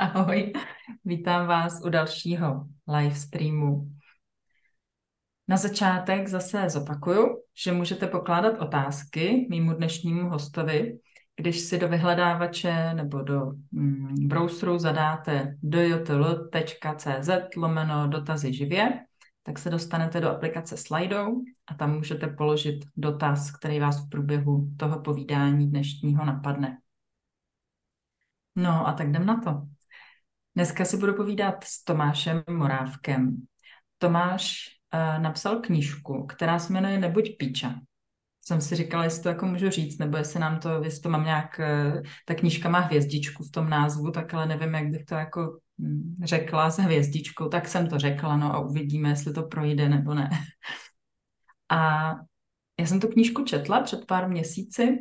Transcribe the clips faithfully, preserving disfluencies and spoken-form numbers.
Ahoj, vítám vás u dalšího live streamu. Na začátek zase zopakuju, že můžete pokládat otázky mýmu dnešnímu hostovi, když si do vyhledávače nebo do mm, browseru zadáte dojotl tečka cz lomeno dotazy živě, tak se dostanete do aplikace Slido a tam můžete položit dotaz, který vás v průběhu toho povídání dnešního napadne. No a tak jdem na to. Dneska si budu povídat s Tomášem Morávkem. Tomáš uh, napsal knížku, která se jmenuje Nebuď píča. Jsem si říkala, jestli to jako můžu říct, nebo jestli nám to, jestli to mám nějak, uh, ta knížka má hvězdičku v tom názvu, tak ale nevím, jak bych to jako hm, řekla s hvězdičkou, tak jsem to řekla, no a uvidíme, jestli to projde nebo ne. A já jsem tu knížku četla před pár měsíci.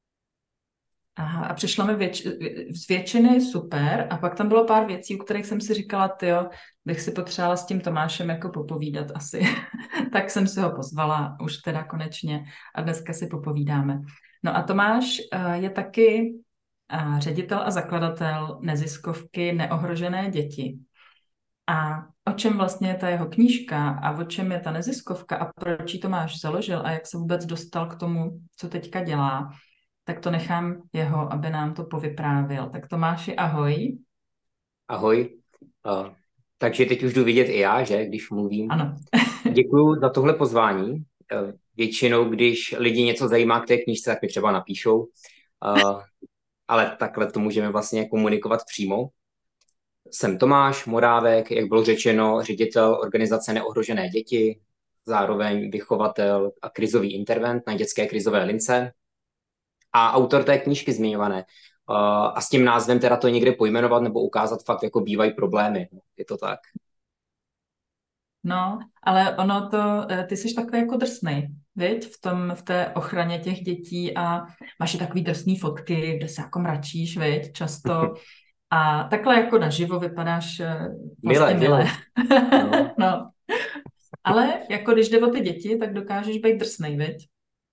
Aha, a přišlo mi věč, z většiny super a pak tam bylo pár věcí, u kterých jsem si říkala, tyjo, bych si potřebovala s tím Tomášem jako popovídat asi. Tak jsem si ho pozvala už teda konečně a dneska si popovídáme. No a Tomáš uh, je taky uh, ředitel a zakladatel neziskovky Neohrožené děti. A o čem vlastně je ta jeho knížka a o čem je ta neziskovka a proč ji Tomáš založil a jak se vůbec dostal k tomu, co teďka dělá, tak to nechám jeho, aby nám to povyprávěl. Tak Tomáši, ahoj. Ahoj. Uh, takže teď už jdu vidět i já, že, když mluvím. Ano. Děkuju za tohle pozvání. Uh, většinou, když lidi něco zajímá k té knížce, tak mi třeba napíšou. Uh, ale takhle to můžeme vlastně komunikovat přímo. Jsem Tomáš Morávek, jak bylo řečeno, ředitel organizace Neohrožené děti, zároveň vychovatel a krizový intervent na dětské krizové lince a autor té knížky zmiňované. Uh, a s tím názvem teda to někde pojmenovat nebo ukázat fakt, jako bývají problémy. Je to tak. No, ale ono to, ty jsi takový jako drsnej, viď? V tom, v té ochraně těch dětí a máš i takový drsný fotky, kde se jako mračíš, viď? Často. A takhle jako naživo vypadáš eh, vlastně Milé, že milé. jo? No. No, ale jako když jde o ty děti, tak dokážeš být drsnej, viď?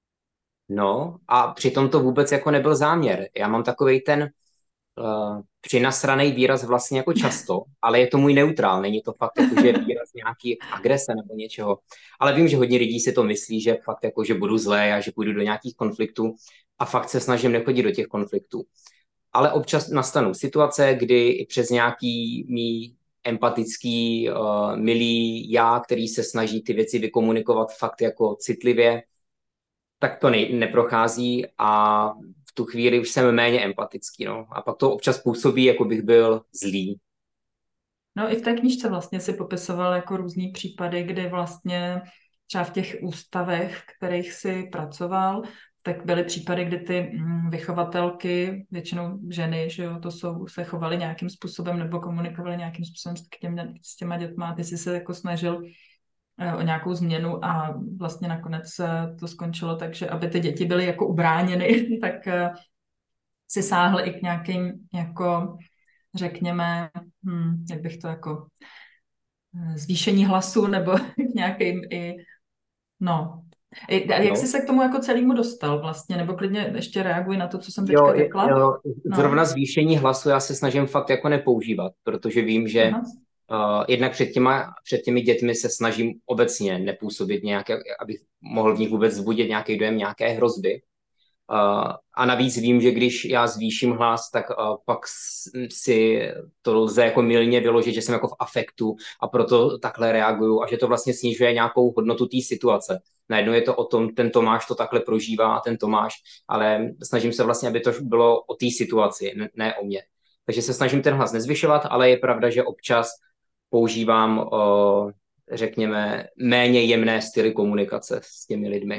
No a přitom to vůbec jako nebyl záměr. Já mám takovej ten uh, přinasranej výraz vlastně jako často, ale je to můj neutrál, není to fakt jako, že výraz nějaký agrese nebo něčeho. Ale vím, že hodně lidí si to myslí, že fakt jako, že budu zlé a že půjdu do nějakých konfliktů a fakt se snažím nechodit do těch konfliktů. Ale občas nastanou situace, kdy i přes nějaký mý empatický, uh, milý já, který se snaží ty věci vykomunikovat fakt jako citlivě, tak to ne, neprochází a v tu chvíli už jsem méně empatický. No. A pak to občas působí, jako bych byl zlý. No i v té knížce vlastně si popisoval jako různý případy, kdy vlastně třeba v těch ústavech, v kterých si pracoval, tak byly případy, kdy ty mm, vychovatelky, většinou ženy, že jo, to jsou, se chovaly nějakým způsobem nebo komunikovaly nějakým způsobem s, těm, s těma dětma. Ty jsi se jako snažil eh, o nějakou změnu a vlastně nakonec eh, to skončilo tak, že aby ty děti byly jako ubráněny, tak eh, si sáhl i k nějakým jako řekněme, hm, jak bych to jako eh, zvýšení hlasu nebo k nějakým i, no. I, a jak jsi No. se k tomu jako celému dostal vlastně, nebo klidně ještě reaguj na to, co jsem teďka Jo, řekla. jo, No, zrovna zvýšení hlasu já se snažím fakt jako nepoužívat, protože vím, že aha. uh, jednak před, těma, před těmi dětmi se snažím obecně nepůsobit nějaké, abych mohl v nich vůbec vzbudit nějaký dojem, nějaké hrozby. Uh, a navíc vím, že když já zvýším hlas, tak uh, pak si to lze jako mylně vyložit, že jsem jako v afektu a proto takhle reaguju a že to vlastně snižuje nějakou hodnotu té situace. Najednou je to o tom, ten Tomáš to takhle prožívá a ten Tomáš, ale snažím se vlastně, aby to bylo o té situaci, ne, ne o mě. Takže se snažím ten hlas nezvyšovat, ale je pravda, že občas používám, uh, řekněme, méně jemné styly komunikace s těmi lidmi.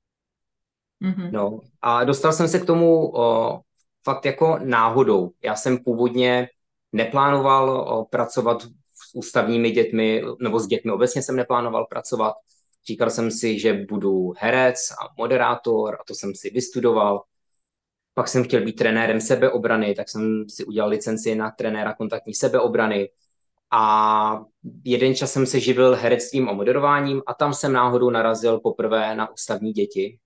Mhm. No a dostal jsem se k tomu o, fakt jako náhodou. Já jsem původně neplánoval o, pracovat s ústavními dětmi, nebo s dětmi obecně jsem neplánoval pracovat. Říkal jsem si, že budu herec a moderátor a to jsem si vystudoval. Pak jsem chtěl být trenérem sebeobrany, tak jsem si udělal licenci na trenéra kontaktní sebeobrany. A jeden čas jsem se živil herectvím a moderováním a tam jsem náhodou narazil poprvé na ústavní děti.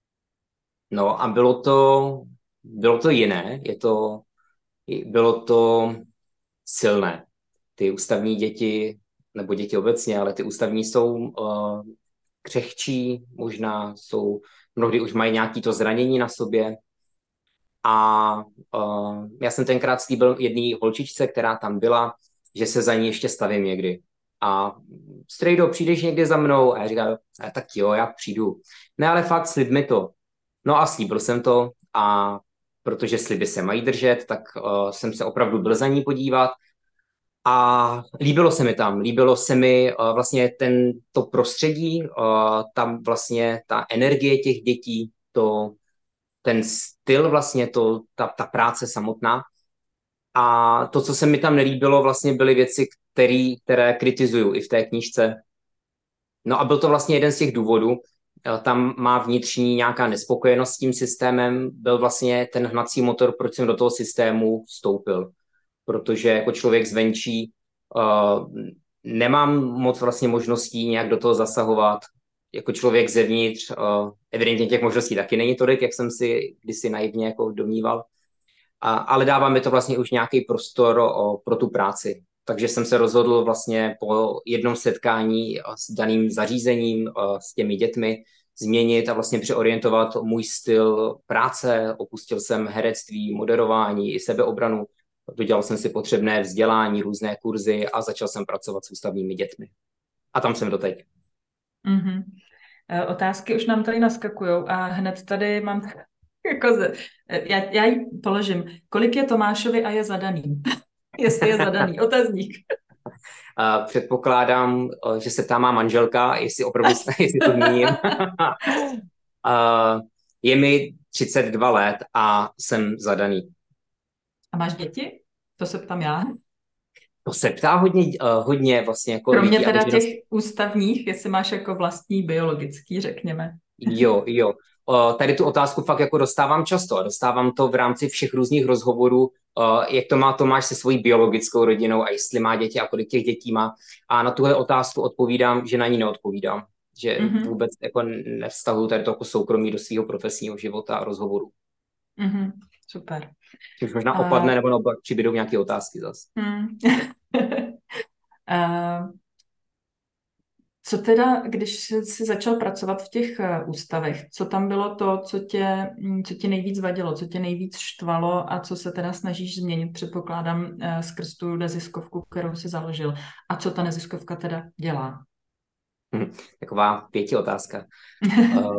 No a bylo to, bylo to jiné, je to, bylo to silné. Ty ústavní děti, nebo děti obecně, ale ty ústavní jsou uh, křehčí, možná jsou, mnohdy už mají nějaké to zranění na sobě. A uh, já jsem tenkrát slíbil jedné holčičce, která tam byla, že se za ní ještě stavím někdy. A strejdo, přijdeš někdy za mnou? A já říkám, tak jo, já přijdu. Ne, ale fakt, slib mi to. No a slíbil jsem to a protože sliby se mají držet, tak uh, jsem se opravdu byl za ní podívat a líbilo se mi tam. Líbilo se mi uh, vlastně ten, to prostředí, uh, tam vlastně ta energie těch dětí, to, ten styl vlastně, to, ta, ta práce samotná. A to, co se mi tam nelíbilo, vlastně byly věci, který, které kritizuju i v té knížce. No a byl to vlastně jeden z těch důvodů. Tam má vnitřní nějaká nespokojenost s tím systémem. Byl vlastně ten hnací motor, proč jsem do toho systému vstoupil. Protože jako člověk zvenčí uh, nemám moc vlastně možností nějak do toho zasahovat. Jako člověk zevnitř uh, evidentně těch možností taky není tolik, jak jsem si kdysi naivně jako domníval. A, ale dává mi to vlastně už nějaký prostor o, pro tu práci. Takže jsem se rozhodl vlastně po jednom setkání s daným zařízením, s těmi dětmi, změnit a vlastně přeorientovat můj styl práce. Opustil jsem herectví, moderování i sebeobranu. Dodělal jsem si potřebné vzdělání, různé kurzy a začal jsem pracovat s ústavními dětmi. A tam jsem doteď. Mm-hmm. Otázky už nám tady naskakujou a hned tady mám jako ze, já, já ji položím. Kolik je Tomášovi a je zadaný? Jestli je zadaný. Otazník. Uh, předpokládám, uh, že se ptá má manželka, jestli opravdu jestli to zmíním. uh, je mi třicet dva let a jsem zadaný. A máš děti? To se ptám já. To se ptá hodně, uh, hodně vlastně jako kromě lidí, teda těch nás... ústavních, jestli máš jako vlastní biologický, řekněme. Jo, jo. Uh, tady tu otázku fakt jako dostávám často a dostávám to v rámci všech různých rozhovorů, uh, jak to má Tomáš se svojí biologickou rodinou a jestli má děti a kolik těch dětí má. A na tuhle otázku odpovídám, že na ní neodpovídám. Že mm-hmm. vůbec jako nevztahuju tady to jako soukromí do svého profesního života a rozhovoru. Mm-hmm. Super. Což možná uh... opadne, nebo naopak přibydou nějaké otázky zase. Mm. uh... Co teda, když jsi začal pracovat v těch ústavech, co tam bylo to, co tě, co tě nejvíc vadilo, co tě nejvíc štvalo a co se teda snažíš změnit, předpokládám, skrz tu neziskovku, kterou jsi založil. A co ta neziskovka teda dělá? Hm, taková pěti otázka. uh,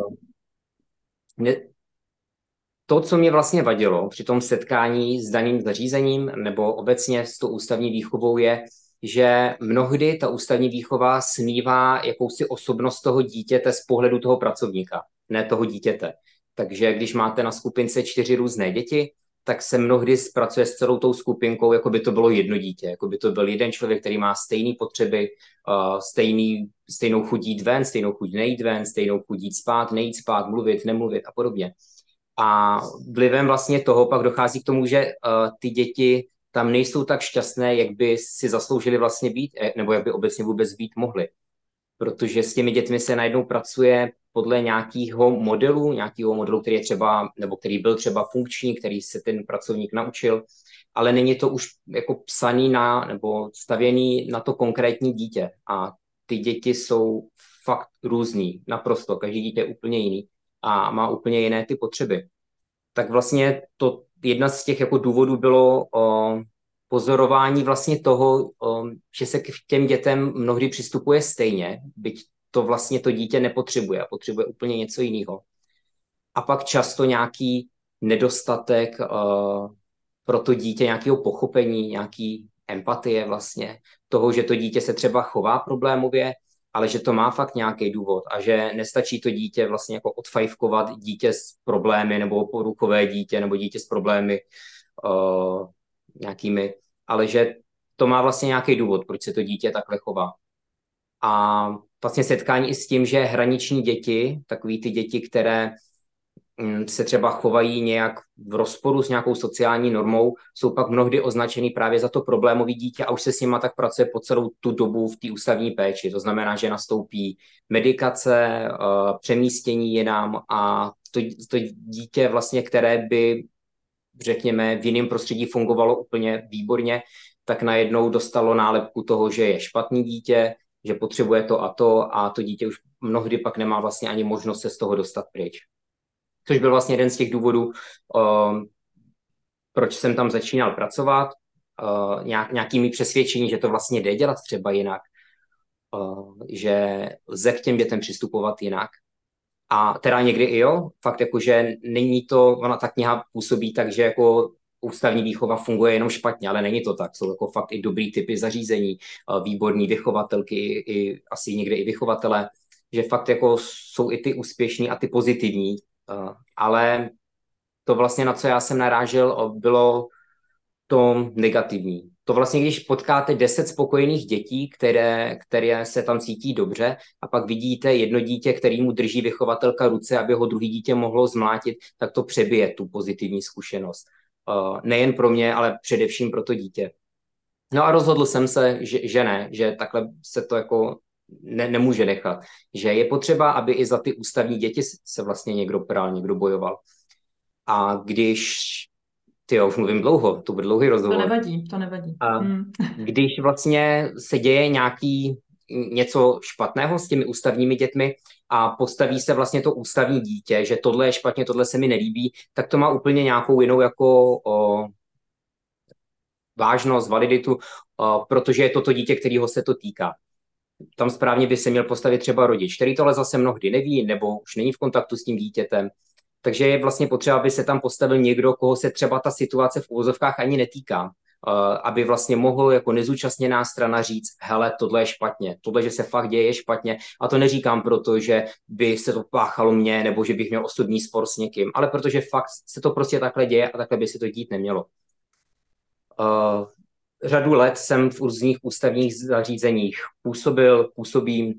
ne, to, co mě vlastně vadilo při tom setkání s daným zařízením nebo obecně s tou ústavní výchovou je, že mnohdy ta ústavní výchova smívá jakousi osobnost toho dítěte z pohledu toho pracovníka, ne toho dítěte. Takže když máte na skupince čtyři různé děti, tak se mnohdy zpracuje s celou tou skupinkou, jako by to bylo jedno dítě, jako by to byl jeden člověk, který má stejné potřeby, uh, stejný, stejnou chuť jít ven, stejnou chuť nejít ven, stejnou chuť jít spát, nejít spát, mluvit, nemluvit a podobně. A vlivem vlastně toho pak dochází k tomu, že uh, ty děti tam nejsou tak šťastné, jak by si zasloužili vlastně být, nebo jak by obecně vůbec být mohli. Protože s těmi dětmi se najednou pracuje podle nějakého modelu, nějakého modelu, který je třeba, nebo který byl třeba funkční, který se ten pracovník naučil, ale není to už jako psaný na, nebo stavěný na to konkrétní dítě. A ty děti jsou fakt různý, naprosto, každý dítě je úplně jiný a má úplně jiné ty potřeby. Tak vlastně to jedna z těch jako důvodů bylo o, pozorování vlastně toho, o, že se k těm dětem mnohdy přistupuje stejně, byť to vlastně to dítě nepotřebuje a potřebuje úplně něco jiného. A pak často nějaký nedostatek o, pro to dítě, nějakého pochopení, nějaký empatie vlastně, toho, že to dítě se třeba chová problémově, ale že to má fakt nějaký důvod a že nestačí to dítě vlastně jako odfajfkovat dítě s problémy nebo poruchové dítě nebo dítě s problémy uh, nějakými, ale že to má vlastně nějaký důvod, proč se to dítě takhle chová. A vlastně setkání i s tím, že hraniční děti, takový ty děti, které se třeba chovají nějak v rozporu s nějakou sociální normou, jsou pak mnohdy označený právě za to problémový dítě a už se s nima tak pracuje po celou tu dobu v té ústavní péči. To znamená, že nastoupí medikace, přemístění jinam a to, to dítě vlastně, které by, řekněme, v jiném prostředí fungovalo úplně výborně, tak najednou dostalo nálepku toho, že je špatný dítě, že potřebuje to a to a to dítě už mnohdy pak nemá vlastně ani možnost se z toho dostat pryč. Což byl vlastně jeden z těch důvodů, um, proč jsem tam začínal pracovat, uh, nějak, nějakými přesvědčení, že to vlastně jde dělat třeba jinak, uh, že lze k těm dětem přistupovat jinak. A teda někdy i jo, fakt jako, že není to, ona ta kniha působí tak, že jako ústavní výchova funguje jenom špatně, ale není to tak. Jsou jako fakt i dobrý typy zařízení, výborný vychovatelky, i, asi někde i vychovatele, že fakt jako jsou i ty úspěšní a ty pozitivní, ale to vlastně, na co já jsem narážel, bylo to negativní. To vlastně, když potkáte deset spokojených dětí, které, které se tam cítí dobře a pak vidíte jedno dítě, kterému drží vychovatelka ruce, aby ho druhé dítě mohlo zmlátit, tak to přebije tu pozitivní zkušenost. Uh, nejen pro mě, ale především pro to dítě. No a rozhodl jsem se, že, že ne, že takhle se to jako ne, nemůže nechat. Že je potřeba, aby i za ty ústavní děti se vlastně někdo pral, někdo bojoval. A když Ty jo, už mluvím dlouho, to bude dlouhý rozhovor. To nevadí, to nevadí. A hmm. když vlastně se děje nějaký něco špatného s těmi ústavními dětmi a postaví se vlastně to ústavní dítě, že tohle je špatně, tohle se mi nelíbí, tak to má úplně nějakou jinou jako o, vážnost, validitu, o, protože je to to dítě, kterého se to týká. Tam správně by se měl postavit třeba rodič, který tohle zase mnohdy neví nebo už není v kontaktu s tím dítětem. Takže je vlastně potřeba, aby se tam postavil někdo, koho se třeba ta situace v uvozovkách ani netýká, aby vlastně mohl jako nezúčastněná strana říct, hele, tohle je špatně, tohle, že se fakt děje, je špatně. A to neříkám proto, že by se to páchalo mně, nebo že bych měl osobní spor s někým, ale protože fakt se to prostě takhle děje a takhle by se to dít nemělo. Uh, řadu let jsem v různých ústavních zařízeních působil, působím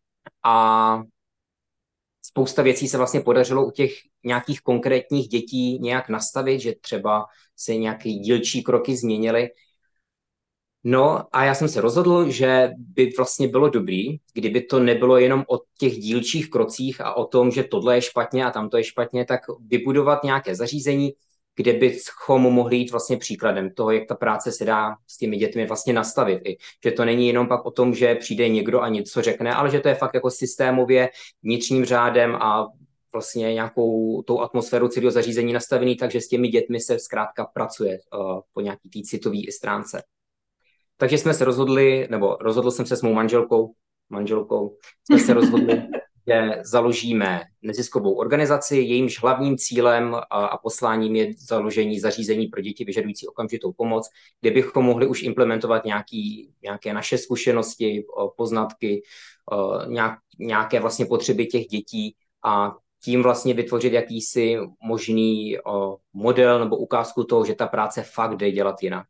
a spousta věcí se vlastně podařilo u těch nějakých konkrétních dětí nějak nastavit, že třeba se nějaké dílčí kroky změnily. No a já jsem se rozhodl, že by vlastně bylo dobrý, kdyby to nebylo jenom o těch dílčích krocích a o tom, že tohle je špatně a tamto je špatně, tak vybudovat nějaké zařízení, kde bychom mohli jít vlastně příkladem toho, jak ta práce se dá s těmi dětmi vlastně nastavit. I, že to není jenom pak o tom, že přijde někdo a něco řekne, ale že to je fakt jako systémově vnitřním řádem a vlastně nějakou tou atmosférou celého zařízení nastavený, takže s těmi dětmi se zkrátka pracuje uh, po nějaký té citové stránce. Takže jsme se rozhodli, nebo rozhodl jsem se s mou manželkou, manželkou, jsme se rozhodli, že založíme neziskovou organizaci, jejímž hlavním cílem a, a posláním je založení zařízení pro děti vyžadující okamžitou pomoc, kde bychom mohli už implementovat nějaký, nějaké naše zkušenosti, poznatky, nějak, nějaké vlastně potřeby těch dětí a tím vlastně vytvořit jakýsi možný model nebo ukázku toho, že ta práce fakt jde dělat jinak.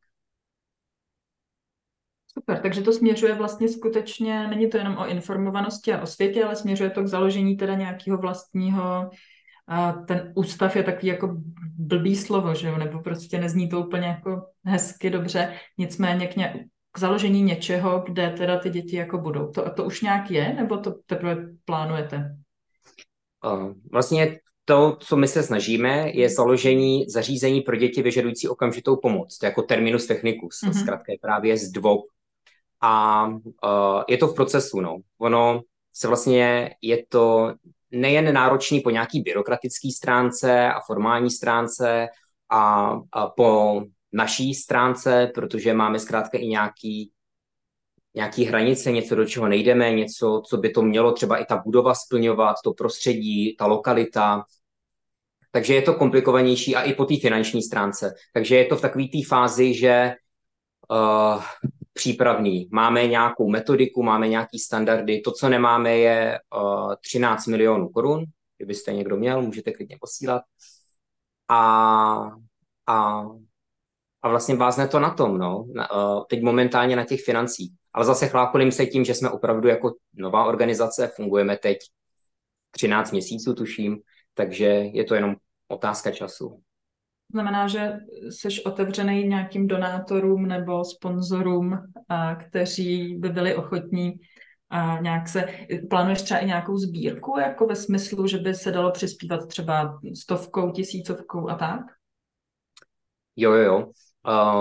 Super, takže to směřuje vlastně skutečně, není to jenom o informovanosti a o světě, ale směřuje to k založení teda nějakého vlastního, a ten ústav je takový jako blbý slovo, že jo, nebo prostě nezní to úplně jako hezky, dobře, nicméně k, ně, k založení něčeho, kde teda ty děti jako budou. To, to už nějak je, nebo to teprve plánujete? Uh, vlastně to, co my se snažíme, je založení zařízení pro děti vyžadující okamžitou pomoc. To je jako terminus technicus, mm-hmm. zkrátka je právě z dvou. A uh, je to v procesu, no. Ono se vlastně, je to nejen náročný po nějaký byrokratický stránce a formální stránce a, a po naší stránce, protože máme zkrátka i nějaký, nějaký hranice, něco, do čeho nejdeme, něco, co by to mělo třeba i ta budova splňovat, to prostředí, ta lokalita. Takže je to komplikovanější a i po té finanční stránce. Takže je to v takové té fázi, že uh, přípravný. Máme nějakou metodiku, máme nějaký standardy. To, co nemáme, je uh, třináct milionů korun. Kdybyste někdo měl, můžete klidně posílat. A, a, a vlastně vázne to na tom, no. Na, uh, teď momentálně na těch financích. Ale zase chlácholím se tím, že jsme opravdu jako nová organizace, fungujeme teď třináct měsíců, tuším, takže je to jenom otázka času. Znamená, že jsi otevřený nějakým donátorům nebo sponzorům, a, kteří by byli ochotní a nějak se... Plánuješ třeba i nějakou sbírku, jako ve smyslu, že by se dalo přispívat třeba stovkou, tisícovkou a tak? Jo, jo, jo. Uh,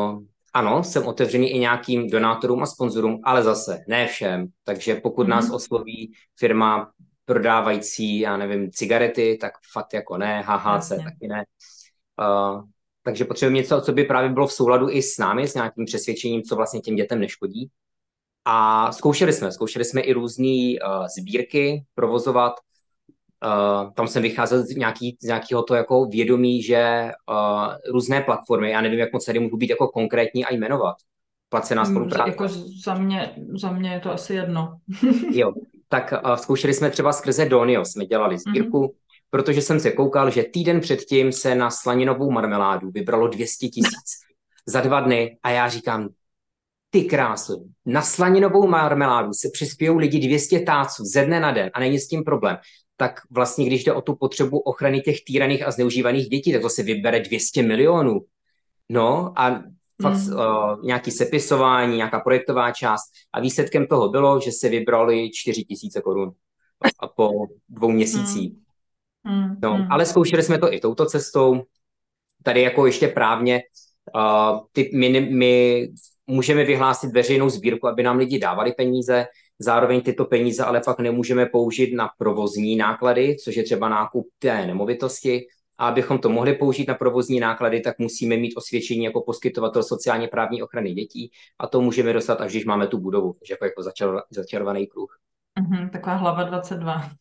ano, jsem otevřený i nějakým donátorům a sponzorům, ale zase ne všem. Takže pokud nás Mhm. osloví firma prodávající, já nevím, cigarety, tak fakt jako ne, H H C Jasně. taky ne. Uh, takže potřebujeme něco, co by právě bylo v souladu i s námi, s nějakým přesvědčením, co vlastně těm dětem neškodí. A zkoušeli jsme, zkoušeli jsme i různé uh, sbírky provozovat. Uh, tam jsem vycházel z, nějaký, z nějakého to jako vědomí, že uh, různé platformy, já nevím, jak moc tady můžu být jako konkrétní a jmenovat, placená Mm, z- spolupráce. Jako z- za mě, za mě je to asi jedno. Jo, tak uh, zkoušeli jsme třeba skrze Donio, jsme dělali Mhm. sbírku, protože jsem se koukal, že týden předtím se na slaninovou marmeládu vybralo dvě stě tisíc za dva dny a já říkám, ty krásu, na slaninovou marmeládu se přispějou lidi dvě stě táců ze dne na den a není s tím problém. Tak vlastně, když jde o tu potřebu ochrany těch týraných a zneužívaných dětí, tak to se vybere dvě stě milionů. No a fakt Mm. uh, nějaký sepisování, nějaká projektová část a výsledkem toho bylo, že se vybrali čtyři tisíce korun a po dvou měsících. Mm. Mm. No, Mm. ale zkoušeli jsme to i touto cestou. Tady jako ještě právně uh, ty, my, my můžeme vyhlásit veřejnou sbírku, aby nám lidi dávali peníze, zároveň tyto peníze ale pak nemůžeme použít na provozní náklady, což je třeba nákup té nemovitosti. A abychom to mohli použít na provozní náklady, tak musíme mít osvědčení jako poskytovatel sociálně právní ochrany dětí a to můžeme dostat, až když máme tu budovu, takže jako, jako začer, začervaný kruh. Mhm, taková hlava dvacet dva.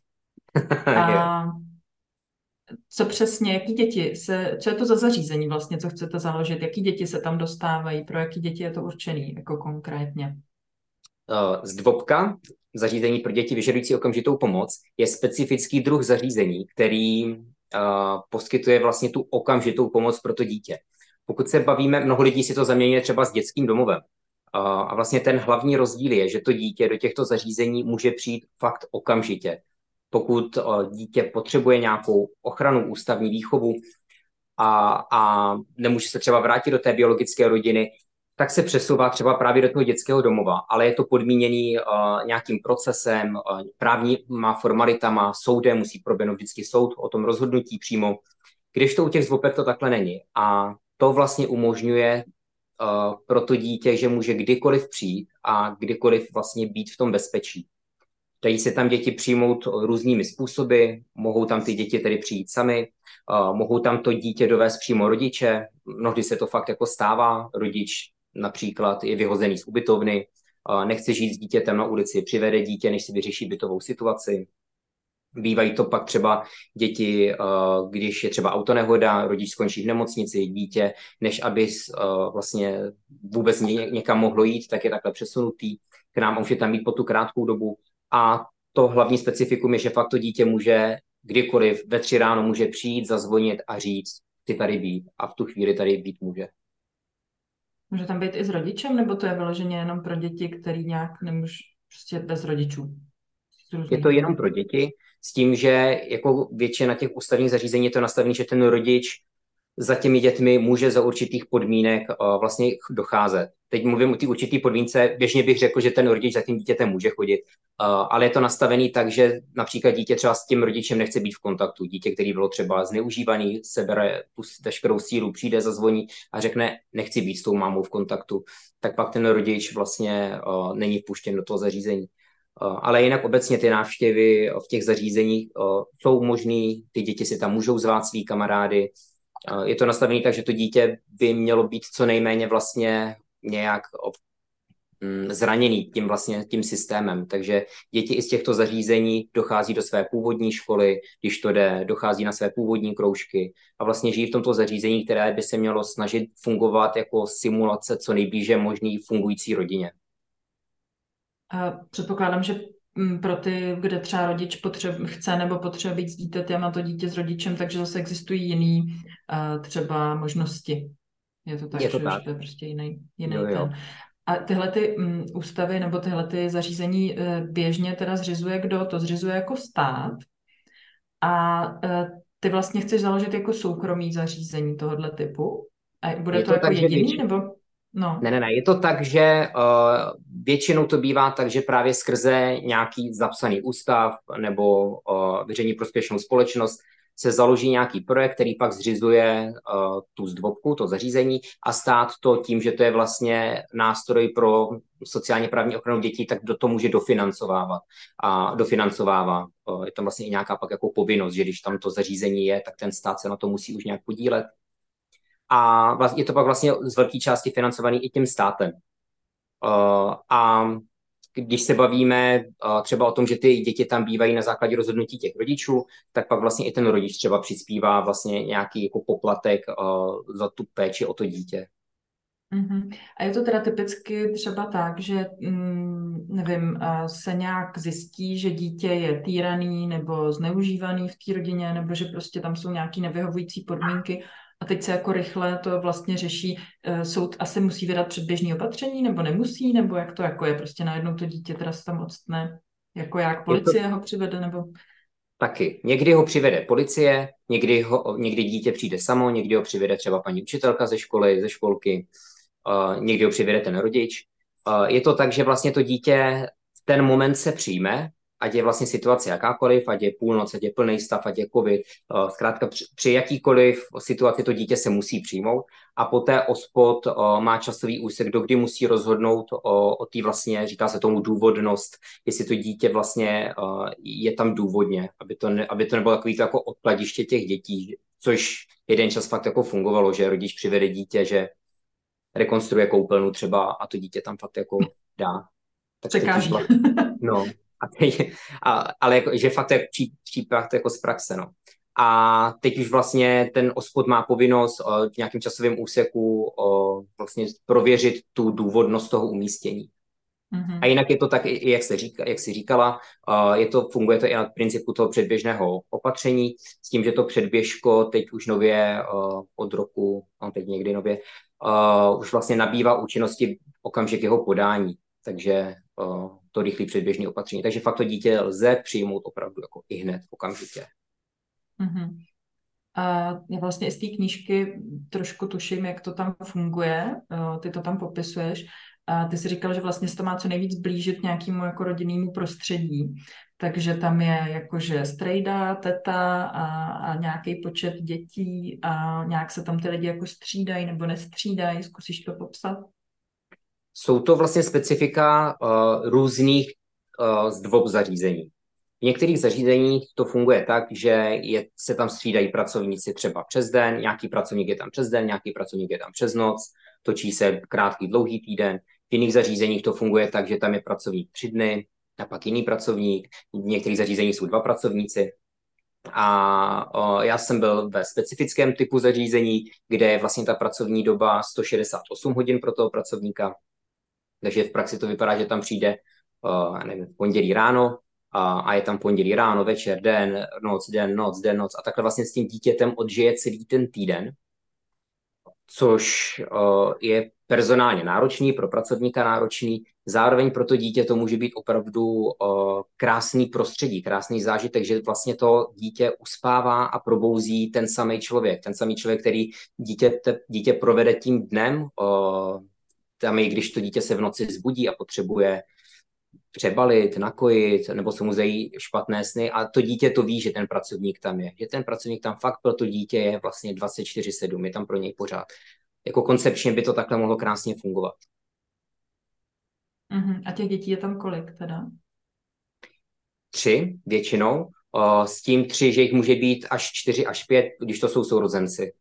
A co přesně, jaký děti se, co je to za zařízení vlastně, co chcete založit, jaký děti se tam dostávají, pro jaký děti je to určený, jako konkrétně? Zdvobka, zařízení pro děti vyžadující okamžitou pomoc, je specifický druh zařízení, který uh, poskytuje vlastně tu okamžitou pomoc pro to dítě. Pokud se bavíme, mnoho lidí si to zaměňuje třeba s dětským domovem. Uh, a vlastně ten hlavní rozdíl je, že to dítě do těchto zařízení může přijít fakt okamžitě. Pokud uh, dítě potřebuje nějakou ochranu, ústavní výchovu a, a nemůže se třeba vrátit do té biologické rodiny, tak se přesouvá třeba právě do toho dětského domova, ale je to podmíněný uh, nějakým procesem, uh, právníma formalitama, soudem, musí proběhnout vždycky soud o tom rozhodnutí přímo, když to u těch zvopek to takhle není. A to vlastně umožňuje uh, pro to dítě, že může kdykoliv přijít a kdykoliv vlastně být v tom bezpečí. Dají se tam děti přijmout různými způsoby, mohou tam ty děti tedy přijít sami, uh, mohou tam to dítě dovést přímo rodiče, mnohdy se to fakt jako stává, rodič například je vyhozený z ubytovny, uh, nechce žít s dítětem na ulici, přivede dítě, než si vyřeší bytovou situaci. Bývají to pak třeba děti, uh, když je třeba autonehoda, rodič skončí v nemocnici, dítě, než aby uh, vlastně vůbec ně, někam mohlo jít, tak je takhle přesunutý k nám, může tam být po tu krátkou dobu. A to hlavní specifikum je, že fakt to dítě může kdykoliv ve tři ráno může přijít, zazvonit a říct, ty tady být a v tu chvíli tady být může. Může tam být i s rodičem, nebo to je vyloženě jenom pro děti, který nějak nemůže prostě bez rodičů? Je to jenom pro děti, s tím, že jako většina těch ústavních zařízení je to nastavené, že ten rodič za těmi dětmi může za určitých podmínek uh, vlastně docházet. Teď mluvím o té určitý podmínce, běžně bych řekl, že ten rodič za tím dítětem může chodit, uh, ale je to nastavený tak, že například dítě třeba s tím rodičem nechce být v kontaktu. Dítě, který bylo třeba zneužívaný, sebere tu veškerou sílu, přijde, zazvoní a řekne, nechci být s tou mámou v kontaktu, tak pak ten rodič vlastně uh, není vpuštěn do toho zařízení. Uh, ale jinak obecně ty návštěvy v těch zařízeních uh, jsou možný, ty děti si tam můžou zvát svý kamarády. Je to nastavené tak, že to dítě by mělo být co nejméně vlastně nějak zraněný tím vlastně tím systémem. Takže děti i z těchto zařízení dochází do své původní školy, když to jde, dochází na své původní kroužky a vlastně žijí v tomto zařízení, které by se mělo snažit fungovat jako simulace co nejblíže možný fungující rodině. A předpokládám, že pro ty, kde třeba rodič potřeb, chce nebo potřebuje být s dítětem a to dítě s rodičem, takže zase existují jiný uh, třeba možnosti. Je to tak, Je to že, tak. že to je prostě jiný, jiný jo, jo. ten. A tyhle ty um, ústavy nebo tyhle ty zařízení uh, běžně teda zřizuje kdo? To zřizuje jako stát. A uh, ty vlastně chceš založit jako soukromý zařízení tohohle typu? A bude Je to, to jako tak, že jediný, větši- nebo... No. Ne, ne, ne, je to tak, že uh, většinou to bývá tak, že právě skrze nějaký zapsaný ústav nebo uh, veřejně prospěšnou společnost se založí nějaký projekt, který pak zřizuje uh, tu zdvobku, to zařízení a stát to tím, že to je vlastně nástroj pro sociálně právní ochranu dětí, tak do to může dofinancovávat a dofinancovává. Uh, je tam vlastně i nějaká pak jako povinnost, že když tam to zařízení je, tak ten stát se na to musí už nějak podílet. A vlastně je to pak vlastně z velké části financovaný i tím státem. Uh, a když se bavíme uh, třeba o tom, že ty děti tam bývají na základě rozhodnutí těch rodičů, tak pak vlastně i ten rodič třeba přispívá vlastně nějaký jako poplatek uh, za tu péči o to dítě. Mm-hmm. A je to teda typicky třeba tak, že mm, nevím, se nějak zjistí, že dítě je týraný nebo zneužívaný v té rodině, nebo že prostě tam jsou nějaké nevyhovující podmínky a teď se jako rychle to vlastně řeší. Soud asi musí vydat předběžné opatření, nebo nemusí, nebo jak to jako je, prostě najednou to dítě teda se tam odstne, jako jak policie to... ho přivede, nebo... Taky. Někdy ho přivede policie, někdy, ho, někdy dítě přijde samo, někdy ho přivede třeba paní učitelka ze školy, ze školky, uh, někdy ho přivede ten rodič. Uh, je to tak, že vlastně to dítě v ten moment se přijme, ať je vlastně situace jakákoliv, ať je půlnoc, ať je plný stav, ať je covid. Uh, zkrátka při, při jakýkoliv situaci to dítě se musí přijmout a poté OSPOD uh, má časový úsek, dokdy musí rozhodnout o, o té vlastně, říká se tomu důvodnost, jestli to dítě vlastně uh, je tam důvodně, aby to, ne, aby to nebylo takový to jako odkladiště těch dětí, což jeden čas fakt jako fungovalo, že rodič přivede dítě, že rekonstruuje koupelnu třeba a to dítě tam fakt jako dá. Tak teď už vlastně, no, a teď, a, ale jako, že fakt je pří, případ jako z praxe, no. A teď už vlastně ten OSPOD má povinnost o, v nějakém časovém úseku o, vlastně prověřit tu důvodnost toho umístění. Mm-hmm. A jinak je to tak, jak jsi, říka, jak jsi říkala, uh, je to, funguje to i na principu toho předběžného opatření, s tím, že to předběžko teď už nově uh, od roku, no teď někdy nově, uh, už vlastně nabývá účinnosti okamžik jeho podání, takže uh, to rychlé předběžné opatření. Takže fakt to dítě lze přijmout opravdu jako i hned okamžitě. Mm-hmm. A já vlastně z té knížky trošku tuším, jak to tam funguje, uh, ty to tam popisuješ. A ty jsi říkal, že vlastně se to má co nejvíc blížit nějakému jako rodinnému prostředí. Takže tam je jakože strejda, teta a, a nějaký počet dětí a nějak se tam ty lidi jako střídají nebo nestřídají. Zkusíš to popsat? Jsou to vlastně specifika uh, různých uh, zdvob zařízení. V některých zařízeních to funguje tak, že je, se tam střídají pracovníci třeba přes den, nějaký pracovník je tam přes den, nějaký pracovník je tam přes noc, točí se krátký, dlouhý týden. V jiných zařízeních to funguje tak, že tam je pracovník tři dny, a pak jiný pracovník. V některých zařízeních jsou dva pracovníci. A o, já jsem byl ve specifickém typu zařízení, kde je vlastně ta pracovní doba sto šedesát osm hodin pro toho pracovníka. Takže v praxi to vypadá, že tam přijde o, nevím, v pondělí ráno a, a je tam pondělí ráno, večer, den, noc, den, noc, den, noc. A takhle vlastně s tím dítětem odžije celý ten týden, což o, je personálně náročný, pro pracovníka náročný, zároveň pro to dítě to může být opravdu o, krásný prostředí, krásný zážitek, že vlastně to dítě uspává a probouzí ten samý člověk, ten samý člověk, který dítě, te, dítě provede tím dnem, o, tam i když to dítě se v noci zbudí a potřebuje přebalit, nakojit, nebo se mu zají špatné sny a to dítě to ví, že ten pracovník tam je, že ten pracovník tam fakt pro to dítě je vlastně dvacet čtyři sedm, je tam pro něj pořád. Jako koncepčně by to takhle mohlo krásně fungovat. Uh-huh. A těch dětí je tam kolik teda? Tři většinou, o, s tím tři, že jich může být až čtyři až pět, když to jsou sourozenci.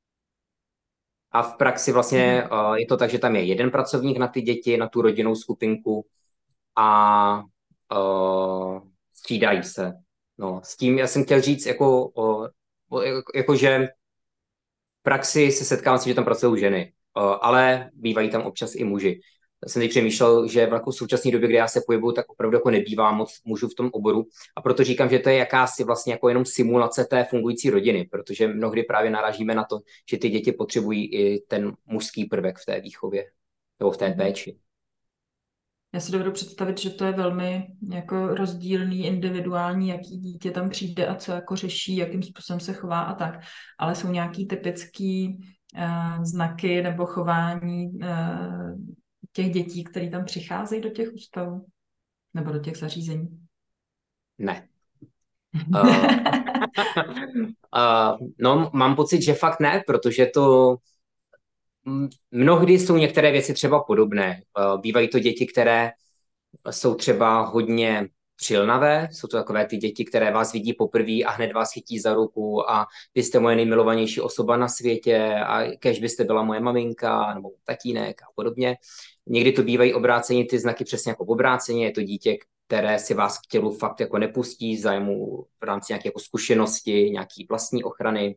A v praxi vlastně uh-huh. o, je to tak, že tam je jeden pracovník na ty děti, na tu rodinnou skupinku a o, střídají se. No, s tím já jsem chtěl říct, jako, o, o, jako, jako že v praxi se setkám s tím, že tam pracují ženy, o, ale bývají tam občas i muži. Já jsem teď přemýšlel, že v jako současné době, kdy já se pohybuju, tak opravdu jako nebývá moc mužů v tom oboru. A proto říkám, že to je jakási vlastně jako jenom simulace té fungující rodiny, protože mnohdy právě narážíme na to, že ty děti potřebují i ten mužský prvek v té výchově nebo v té péči. Já si dovedu představit, že to je velmi jako rozdílný, individuální, jaký dítě tam přijde a co jako řeší, jakým způsobem se chová a tak. Ale jsou nějaký typický uh, znaky nebo chování uh, těch dětí, které tam přicházejí do těch ústavů nebo do těch zařízení? Ne. Uh, uh, no, mám pocit, že fakt ne, protože to m, mnohdy jsou některé věci třeba podobné. Uh, bývají to děti, které jsou třeba hodně přilnavé, jsou to takové ty děti, které vás vidí poprvé a hned vás chytí za ruku a vy jste moje nejmilovanější osoba na světě a kéž byste byla moje maminka nebo tatínek a podobně. Někdy to bývají obrácení ty znaky přesně jako obráceně, je to dítě, které si vás k tělu fakt jako nepustí, zájmu v rámci nějaké jako zkušenosti, nějaký vlastní ochrany.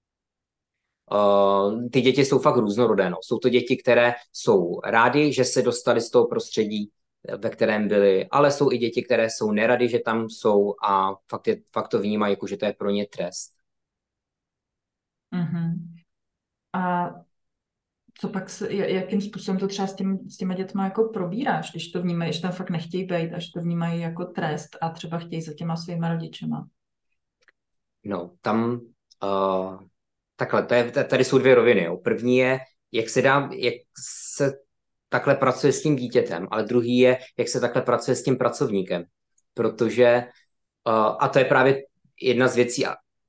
Uh, ty děti jsou fakt různorodé. No. Jsou to děti, které jsou rádi, že se dostali z toho prostředí, ve kterém byli, ale jsou i děti, které jsou nerady, že tam jsou a fakt, je, fakt to vnímají, jako že to je pro ně trest. Mm-hmm. A co pak, s, jakým způsobem to třeba s, tím, s těma dětma jako probíráš, když to vnímají, že tam fakt nechtějí být, až to vnímají jako trest a třeba chtějí za těma svýma rodičema? No, tam uh, takhle, to je, tady jsou dvě roviny. Jo. První je, jak se dá, jak se takhle pracuje s tím dítětem, ale druhý je, jak se takhle pracuje s tím pracovníkem. Protože, uh, a to je právě jedna z věcí, uh,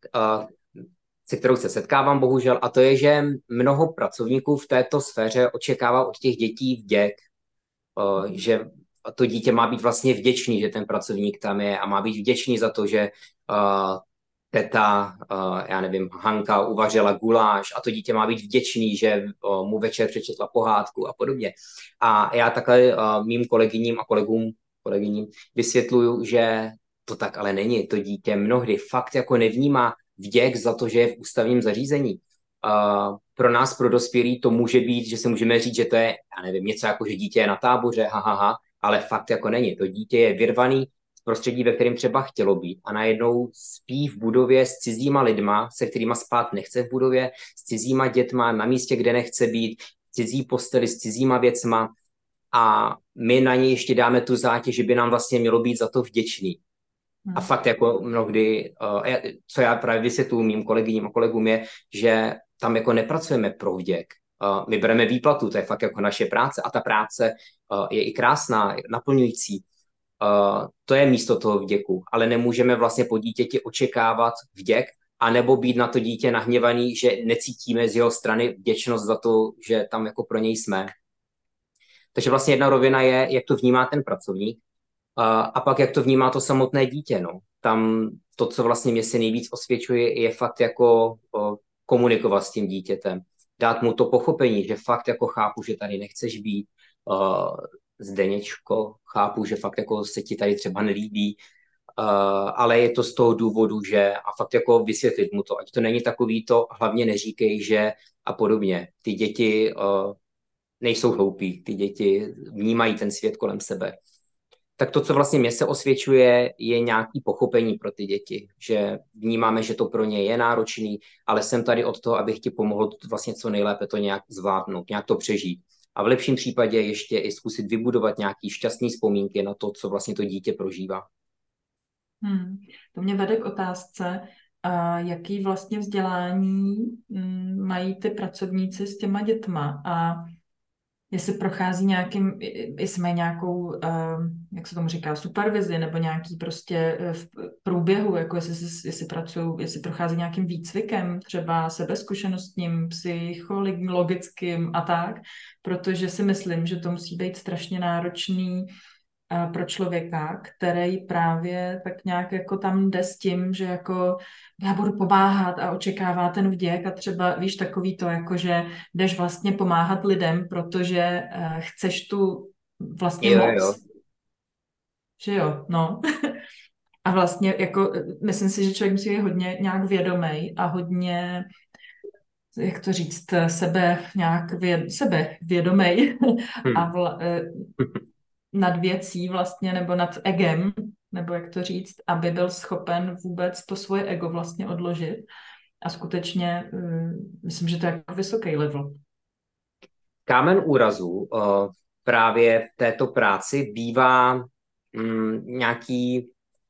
se kterou se setkávám bohužel, a to je, že mnoho pracovníků v této sféře očekává od těch dětí vděk, uh, že to dítě má být vlastně vděčný, že ten pracovník tam je a má být vděčný za to, že uh, teta, uh, já nevím, Hanka uvařila guláš a to dítě má být vděčný, že uh, mu večer přečetla pohádku a podobně. A já takhle uh, mým kolegyním a kolegům, kolegyním vysvětluju, že to tak ale není. To dítě mnohdy fakt jako nevnímá vděk za to, že je v ústavním zařízení. Uh, pro nás, pro dospělí, to může být, že si můžeme říct, že to je, já nevím, něco jako, že dítě je na táboře, ha, ha, ha, ale fakt jako není. To dítě je vyrvaný z prostředí, ve kterém třeba chtělo být a najednou spí v budově s cizíma lidma, se kterýma spát nechce v budově, s cizíma dětma, na místě, kde nechce být, v cizí posteli, s cizíma věcma a my na něj ještě dáme tu zátěž, že by nám vlastně mělo být za to vděčný. A fakt jako mnohdy, co já právě vysvětluji mým kolegyním a kolegům je, že tam jako nepracujeme pro vděk. My bereme výplatu, to je fakt jako naše práce a ta práce je i krásná, naplňující. To je místo toho vděku, ale nemůžeme vlastně po dítěti očekávat vděk a nebo být na to dítě nahněvaný, že necítíme z jeho strany vděčnost za to, že tam jako pro něj jsme. Takže vlastně jedna rovina je, jak to vnímá ten pracovník, A, a pak jak to vnímá to samotné dítě, no. Tam to, co vlastně mě se nejvíc osvědčuje, je fakt jako o, komunikovat s tím dítětem. Dát mu to pochopení, že fakt jako chápu, že tady nechceš být, o, Zdeněčko, chápu, že fakt jako se ti tady třeba nelíbí, o, ale je to z toho důvodu, že a fakt jako vysvětlit mu to, ať to není takový to, hlavně neříkej, že a podobně. Ty děti o, nejsou hloupí, ty děti vnímají ten svět kolem sebe. Tak to, co vlastně mě se osvědčuje, je nějaké pochopení pro ty děti, že vnímáme, že to pro ně je náročný, ale jsem tady od toho, abych ti pomohl vlastně co nejlépe to nějak zvládnout, nějak to přežít. A v lepším případě ještě i zkusit vybudovat nějaké šťastné vzpomínky na to, co vlastně to dítě prožívá. Hmm. To mě vede k otázce, a jaký vlastně vzdělání m, mají ty pracovníci s těma dětma a jestli prochází nějakým, jestli mají nějakou, jak se tomu říká, supervizi nebo nějaký prostě v průběhu, jako jestli, jestli pracují, jestli prochází nějakým výcvikem, třeba sebezkušenostním, psychologickým a tak, protože si myslím, že to musí být strašně náročný pro člověka, který právě tak nějak jako tam jde s tím, že jako já budu pomáhat a očekává ten vděk a třeba víš takový to, jako že jdeš vlastně pomáhat lidem, protože uh, chceš tu vlastně Jo, moc. jo. Že jo, no. A vlastně jako myslím si, že člověk musí být hodně nějak vědomý a hodně, jak to říct, sebe nějak věd, sebe vědomý Hm. a vla, nad věcí vlastně, nebo nad egem, nebo jak to říct, aby byl schopen vůbec to svoje ego vlastně odložit. A skutečně myslím, že to je jako vysoký level. Kámen úrazu právě v této práci bývá mm, nějaký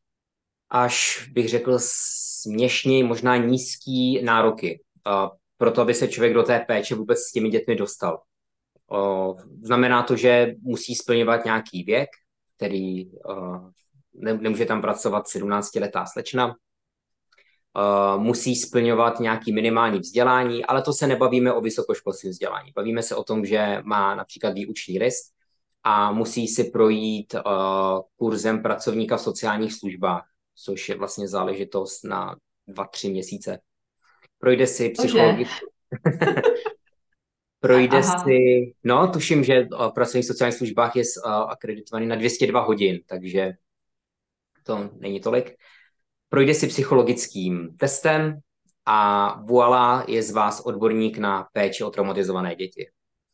až bych řekl směšný, možná nízký nároky. Proto, aby se člověk do té péče vůbec s těmi dětmi dostal. O, znamená to, že musí splňovat nějaký věk, který o, ne, nemůže tam pracovat sedmnáctiletá slečna, uh, musí splňovat nějaký minimální vzdělání, ale to se nebavíme o vysokoškolském vzdělání. Bavíme se o tom, že má například výuční list a musí si projít uh, kurzem pracovníka v sociálních službách, což je vlastně záležitost na dva, tři měsíce. Projde si psychologii. Projde Aha. si, no tuším, že uh, pracovník v sociálních službách je uh, akreditovaný na dvě stě dva hodin, takže to není tolik. Projde si psychologickým testem a voilà, je z vás odborník na péči o traumatizované děti.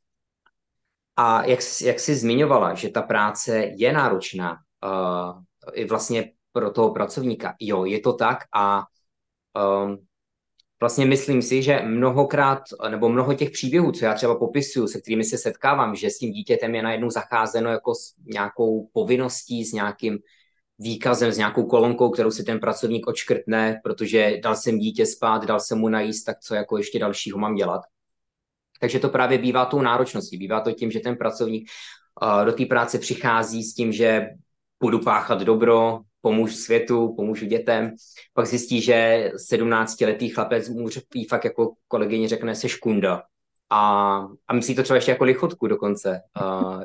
A jak, jak jsi zmiňovala, že ta práce je náročná uh, i vlastně pro toho pracovníka, jo, je to tak a um, vlastně myslím si, že mnohokrát, nebo mnoho těch příběhů, co já třeba popisuju, se kterými se setkávám, že s tím dítětem je najednou zacházeno jako s nějakou povinností, s nějakým výkazem, s nějakou kolonkou, kterou si ten pracovník odškrtne, protože dal jsem dítě spát, dal jsem mu najíst, tak co jako ještě dalšího mám dělat. Takže to právě bývá tou náročností. Bývá to tím, že ten pracovník uh, do té práce přichází s tím, že budu páchat dobro, pomůžu světu, pomůžu dětem. Pak zjistí, že sedmnáctiletý chlapec mu jí fakt jako kolegyně řekne, se škunda. A, a myslí to třeba ještě jako lichotku dokonce. Uh,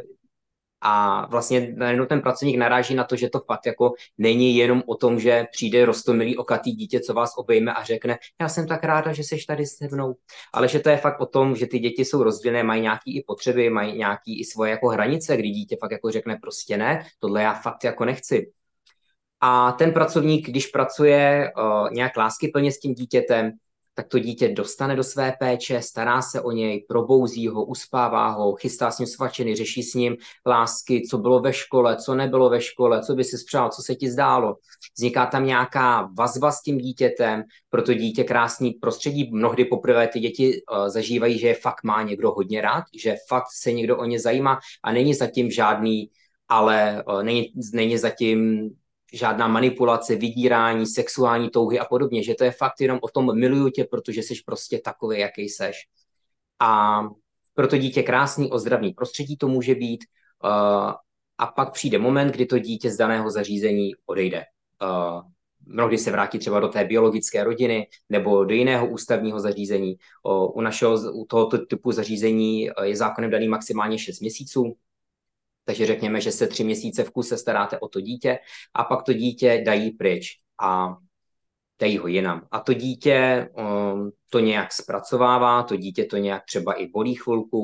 A vlastně najednou ten pracovník naráží na to, že to fakt jako není jenom o tom, že přijde roztomilý okatý dítě, co vás obejme a řekne, já jsem tak ráda, že seš tady se mnou. Ale že to je fakt o tom, že ty děti jsou rozdílné, mají nějaký i potřeby, mají nějaký i svoje jako hranice, kdy dítě fakt jako řekne prostě ne, tohle já fakt jako nechci. A ten pracovník, když pracuje uh, nějak láskyplně s tím dítětem, tak to dítě dostane do své péče, stará se o něj, probouzí ho, uspává ho, chystá s ním svačiny, řeší s ním lásky, co bylo ve škole, co nebylo ve škole, co by si spřál, co se ti zdálo. Vzniká tam nějaká vazba s tím dítětem, pro to dítě krásný prostředí. Mnohdy poprvé ty děti uh, zažívají, že je fakt má někdo hodně rád, že fakt se někdo o ně zajímá a není zatím žádný, ale uh, není, není zatím žádná manipulace, vydírání, sexuální touhy a podobně, že to je fakt jenom o tom miluju tě, protože jsi prostě takový, jaký seš. A pro to dítě krásný, ozdravný prostředí to může být uh, a pak přijde moment, kdy to dítě z daného zařízení odejde. Uh, mnohdy se vrátí třeba do té biologické rodiny nebo do jiného ústavního zařízení. Uh, u našeho, u tohoto typu zařízení je zákonem daný maximálně šest měsíců, takže řekněme, že se tři měsíce v kuse staráte o to dítě a pak to dítě dají pryč a dají ho jinam. A to dítě um, to nějak zpracovává, to dítě to nějak třeba i bolí chvilku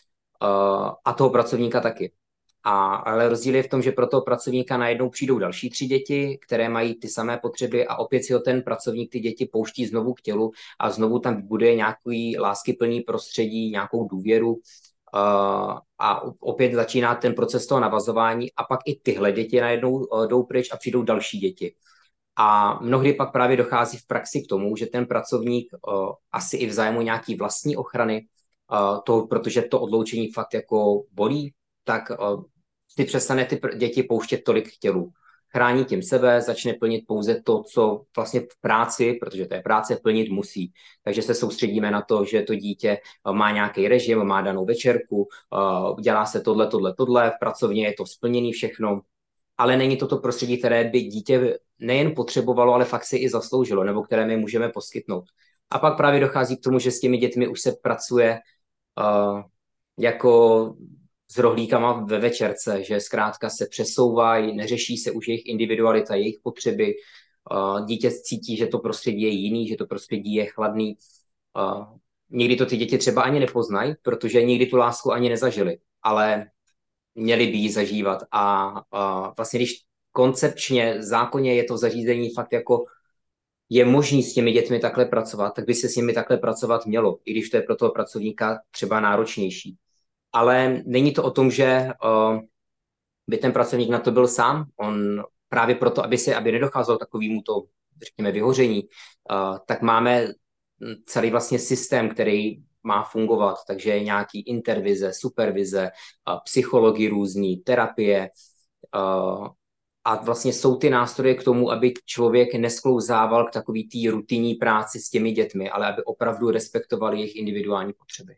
uh, a toho pracovníka taky. A, ale rozdíl je v tom, že pro toho pracovníka najednou přijdou další tři děti, které mají ty samé potřeby a opět si ho ten pracovník ty děti pouští znovu k tělu a znovu tam buduje nějaký láskyplný prostředí, nějakou důvěru. Uh, a opět začíná ten proces toho navazování a pak i tyhle děti najednou uh, jdou pryč a přijdou další děti. A mnohdy pak právě dochází v praxi k tomu, že ten pracovník uh, asi i v zájmu nějaký vlastní ochrany, uh, to, protože to odloučení fakt jako bolí, tak uh, si přestane ty děti pouštět tolik k tělu. Chrání tím sebe, začne plnit pouze to, co vlastně v práci, protože to je práce, plnit musí. Takže se soustředíme na to, že to dítě má nějaký režim, má danou večerku, dělá se tohle, tohle, tohle, v pracovně je to splněné všechno, ale není to to prostředí, které by dítě nejen potřebovalo, ale fakt si i zasloužilo, nebo které my můžeme poskytnout. A pak právě dochází k tomu, že s těmi dětmi už se pracuje uh, jako s rohlíkama ve večerce, že zkrátka se přesouvají, neřeší se už jejich individualita, jejich potřeby. Uh, dítě cítí, že to prostředí je jiný, že to prostředí je chladný. Uh, někdy to ty děti třeba ani nepoznají, protože nikdy tu lásku ani nezažili, ale měli by ji zažívat. A uh, vlastně když koncepčně, zákonně je to zařízení fakt jako je možný s těmi dětmi takhle pracovat, tak by se s nimi takhle pracovat mělo, i když to je pro toho pracovníka třeba náročnější. Ale není to o tom, že uh, by ten pracovník na to byl sám. On právě proto, aby se, aby nedocházelo takovému to, řekněme, vyhoření, uh, tak máme celý vlastně systém, který má fungovat, takže nějaký intervize, supervize, uh, psychologii různý, terapie uh, a vlastně jsou ty nástroje k tomu, aby člověk nesklouzával k takový té rutinní práci s těmi dětmi, ale aby opravdu respektovali jejich individuální potřeby.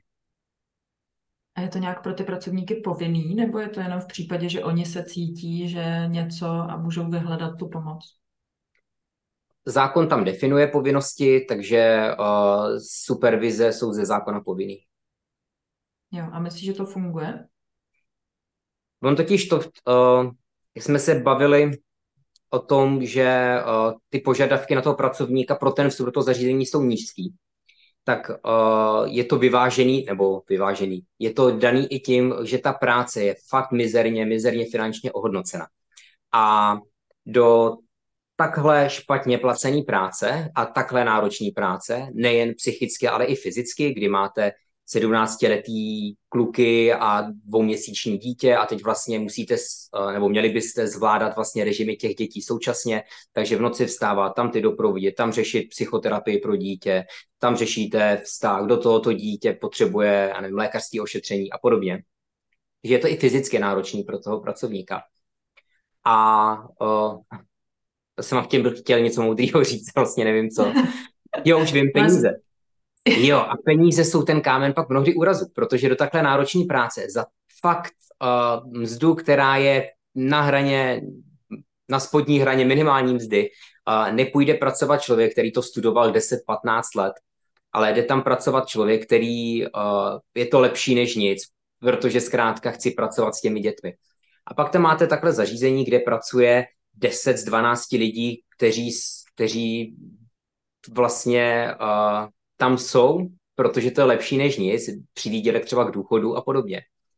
A je to nějak pro ty pracovníky povinný, nebo je to jenom v případě, že oni se cítí, že něco a můžou vyhledat tu pomoc? zákon tam definuje povinnosti, takže uh, supervize jsou ze zákona povinný. Jo, a myslíš, že to funguje? On totiž to, uh, jak jsme se bavili o tom, že uh, ty požadavky na toho pracovníka pro ten vstup do toho zařízení jsou nízký, tak uh, je to vyvážený, nebo vyvážený, je to daný i tím, že ta práce je fakt mizerně, mizerně finančně ohodnocena. A do takhle špatně placený práce a takhle náročný práce, nejen psychicky, ale i fyzicky, kdy máte sedmnáctiletý kluky a dvouměsíční dítě a teď vlastně musíte, nebo měli byste zvládat vlastně režimy těch dětí současně, takže v noci vstávat, tam ty doprovodit, tam řešit psychoterapii pro dítě, tam řešíte vztah, do tohoto dítě potřebuje, já nevím, lékařské ošetření a podobně. Že je to i fyzicky náročný pro toho pracovníka. A uh, to jsem vám chtěl, chtěl něco moudrýho říct, vlastně nevím co. Jo, už vím, peníze. Jo, a peníze jsou ten kámen pak mnohdy úrazu, protože do takhle náročné práce za fakt uh, mzdu, která je na hraně, na spodní hraně minimální mzdy, uh, nepůjde pracovat člověk, který to studoval deset patnáct let, ale jde tam pracovat člověk, který uh, je to lepší než nic, protože zkrátka chci pracovat s těmi dětmi. A pak tam máte takhle zařízení, kde pracuje deset z dvanácti lidí, kteří, kteří vlastně uh, tam jsou, protože to je lepší než nic, při výdělek třeba k důchodu a podobně.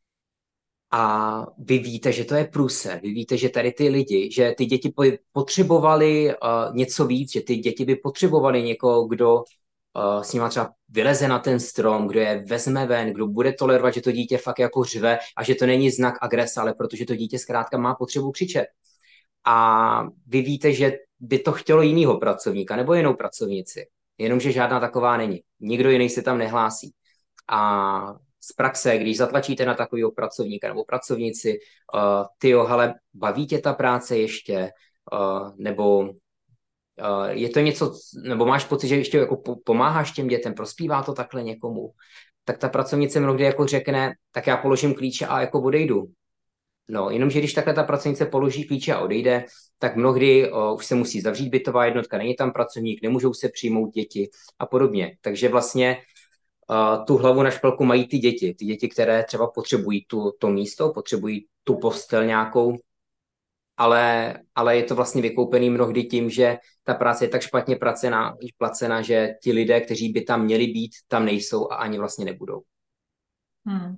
A vy víte, že to je průser, vy víte, že tady ty lidi, že ty děti potřebovali uh, něco víc, že ty děti by potřebovali někoho, kdo uh, s nima třeba vyleze na ten strom, kdo je vezme ven, kdo bude tolerovat, že to dítě fakt jako řve a že to není znak agrese, ale protože to dítě zkrátka má potřebu křičet. A vy víte, že by to chtělo jinýho pracovníka nebo jinou pracovnici, jenomže žádná taková není. Nikdo jiný se tam nehlásí. A z praxe, když zatlačíte na takového pracovníka nebo pracovnici, uh, tyjo, hele, baví tě ta práce ještě, uh, nebo uh, je to něco, nebo máš pocit, že ještě jako pomáháš těm dětem, prospívá to takhle někomu, tak ta pracovnice mnohdy jako řekne, tak já položím klíče a jako odejdu. No, jenomže když takhle ta pracovnice položí klíče a odejde, tak mnohdy o, už se musí zavřít bytová jednotka, není tam pracovník, nemůžou se přijmout děti a podobně. Takže vlastně uh, tu hlavu na špelku mají ty děti. Ty děti, které třeba potřebují tu, to místo, potřebují tu postel nějakou, ale, ale je to vlastně vykoupený mnohdy tím, že ta práce je tak špatně placena, placena, že ti lidé, kteří by tam měli být, tam nejsou a ani vlastně nebudou. Hmm.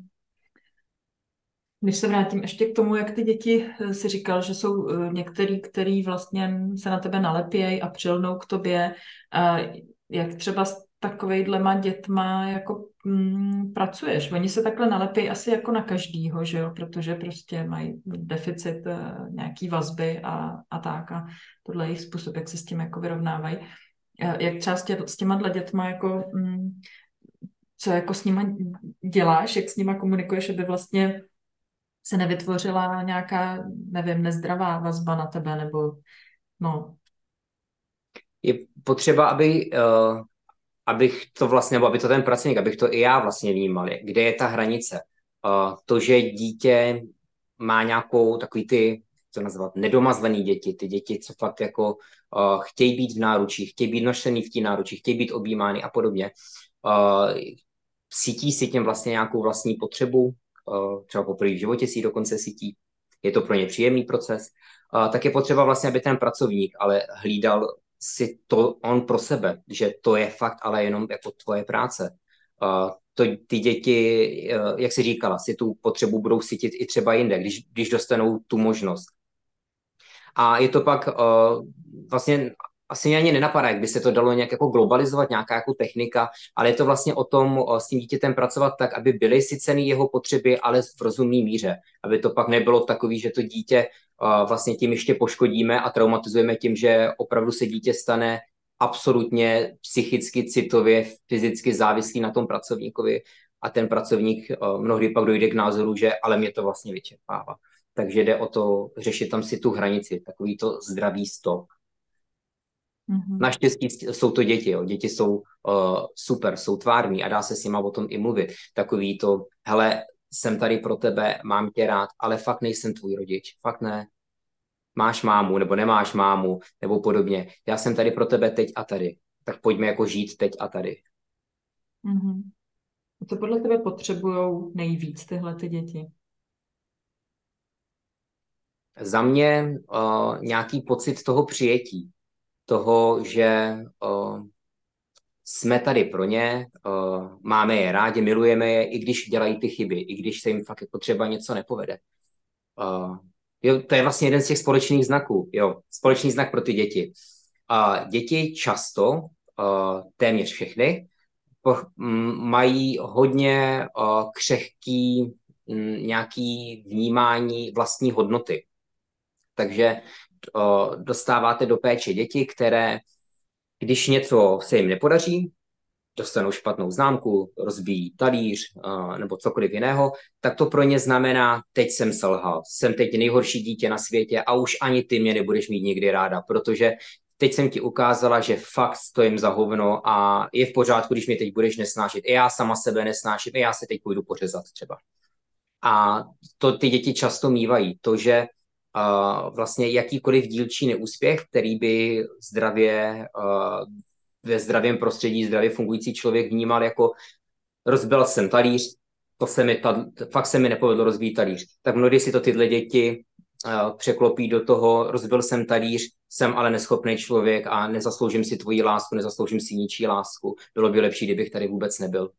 Když se vrátím ještě k tomu, jak ty děti si říkal, že jsou některý, který vlastně se na tebe nalepějí a přilnou k tobě, jak třeba s takovejhlema dětma jako mm, pracuješ? Oni se takhle nalepějí asi jako na každýho, že jo? Protože prostě mají deficit uh, nějaký vazby a, a tak a tohle je jejich způsob, jak se s tím jako vyrovnávají. Jak třeba s, tě, s těma dětma jako mm, co jako s nima děláš, jak s nima komunikuješ, aby vlastně se nevytvořila nějaká, nevím, nezdravá vazba na tebe, nebo no. Je potřeba, aby, uh, abych to vlastně, nebo aby to ten pracovník, abych to i já vlastně vnímal, kde je ta hranice. Uh, to, že dítě má nějakou takový ty, co nazvat, nedomazlený děti, ty děti, co fakt jako uh, chtějí být v náručí, chtějí být nošený v té náručí, chtějí být objímány a podobně. Uh, cítí si tím vlastně nějakou vlastní potřebu, uh, třeba poprvé v životě si ji dokonce cítí, je to pro ně příjemný proces, uh, tak je potřeba vlastně, aby ten pracovník ale hlídal si to on pro sebe, že to je fakt ale jenom jako tvoje práce. Uh, to, ty děti, uh, jak jsi říkala, si tu potřebu budou cítit i třeba jinde, když, když dostanou tu možnost. A je to pak uh, vlastně asi ani nenapadá, jak by se to dalo nějak jako globalizovat, nějaká jako technika, ale je to vlastně o tom uh, s tím dítětem pracovat tak, aby byly si ceny jeho potřeby, ale v rozumné míře. Aby to pak nebylo takový, že to dítě uh, vlastně tím ještě poškodíme a traumatizujeme tím, že opravdu se dítě stane absolutně psychicky, citově, fyzicky závislý na tom pracovníkovi a ten pracovník uh, mnohdy pak dojde k názoru, že ale mě to vlastně vyčerpává. Takže jde o to řešit tam si tu hranici, takový to zdravý stop. Mm-hmm. Naštěstí jsou to děti, jo. Děti jsou uh, super, jsou tvární a dá se s nima o tom i mluvit. Takový to, hele, jsem tady pro tebe, mám tě rád, ale fakt nejsem tvůj rodič, fakt ne. máš mámu nebo nemáš mámu nebo podobně. Já jsem tady pro tebe teď a tady. Tak pojďme jako žít teď a tady. Mm-hmm. A co podle tebe potřebujou nejvíc tyhle ty děti? Za mě uh, nějaký pocit toho přijetí, toho, že uh, jsme tady pro ně, uh, máme je rádi, milujeme je, i když dělají ty chyby, i když se jim fakt jako třeba něco nepovede. Uh, jo, to je vlastně jeden z těch společných znaků, jo, společný znak pro ty děti. Uh, děti často, uh, téměř všechny, po, m, mají hodně uh, křehký m, nějaký vnímání vlastní hodnoty. Takže uh, dostáváte do péče děti, které, když něco se jim nepodaří, dostanou špatnou známku, rozbíjí talíř uh, nebo cokoliv jiného, tak to pro ně znamená, teď jsem selhal, jsem teď nejhorší dítě na světě a už ani ty mě nebudeš mít nikdy ráda, protože teď jsem ti ukázala, že fakt stojím za hovno a je v pořádku, když mě teď budeš nesnášet. I já sama sebe nesnáším, i já se teď půjdu pořezat třeba. A to ty děti často mívají, to, že uh, vlastně jakýkoliv dílčí neúspěch, který by zdravě uh, ve zdravém prostředí zdravě fungující člověk vnímal jako rozbil jsem talíř, to se mi, ta, fakt se mi nepovedlo rozbít talíř. Tak mnohdy si to tyhle děti uh, překlopí do toho, rozbil jsem talíř, jsem ale neschopný člověk a nezasloužím si tvoji lásku, nezasloužím si ničí lásku. Bylo by lepší, kdybych tady vůbec nebyl.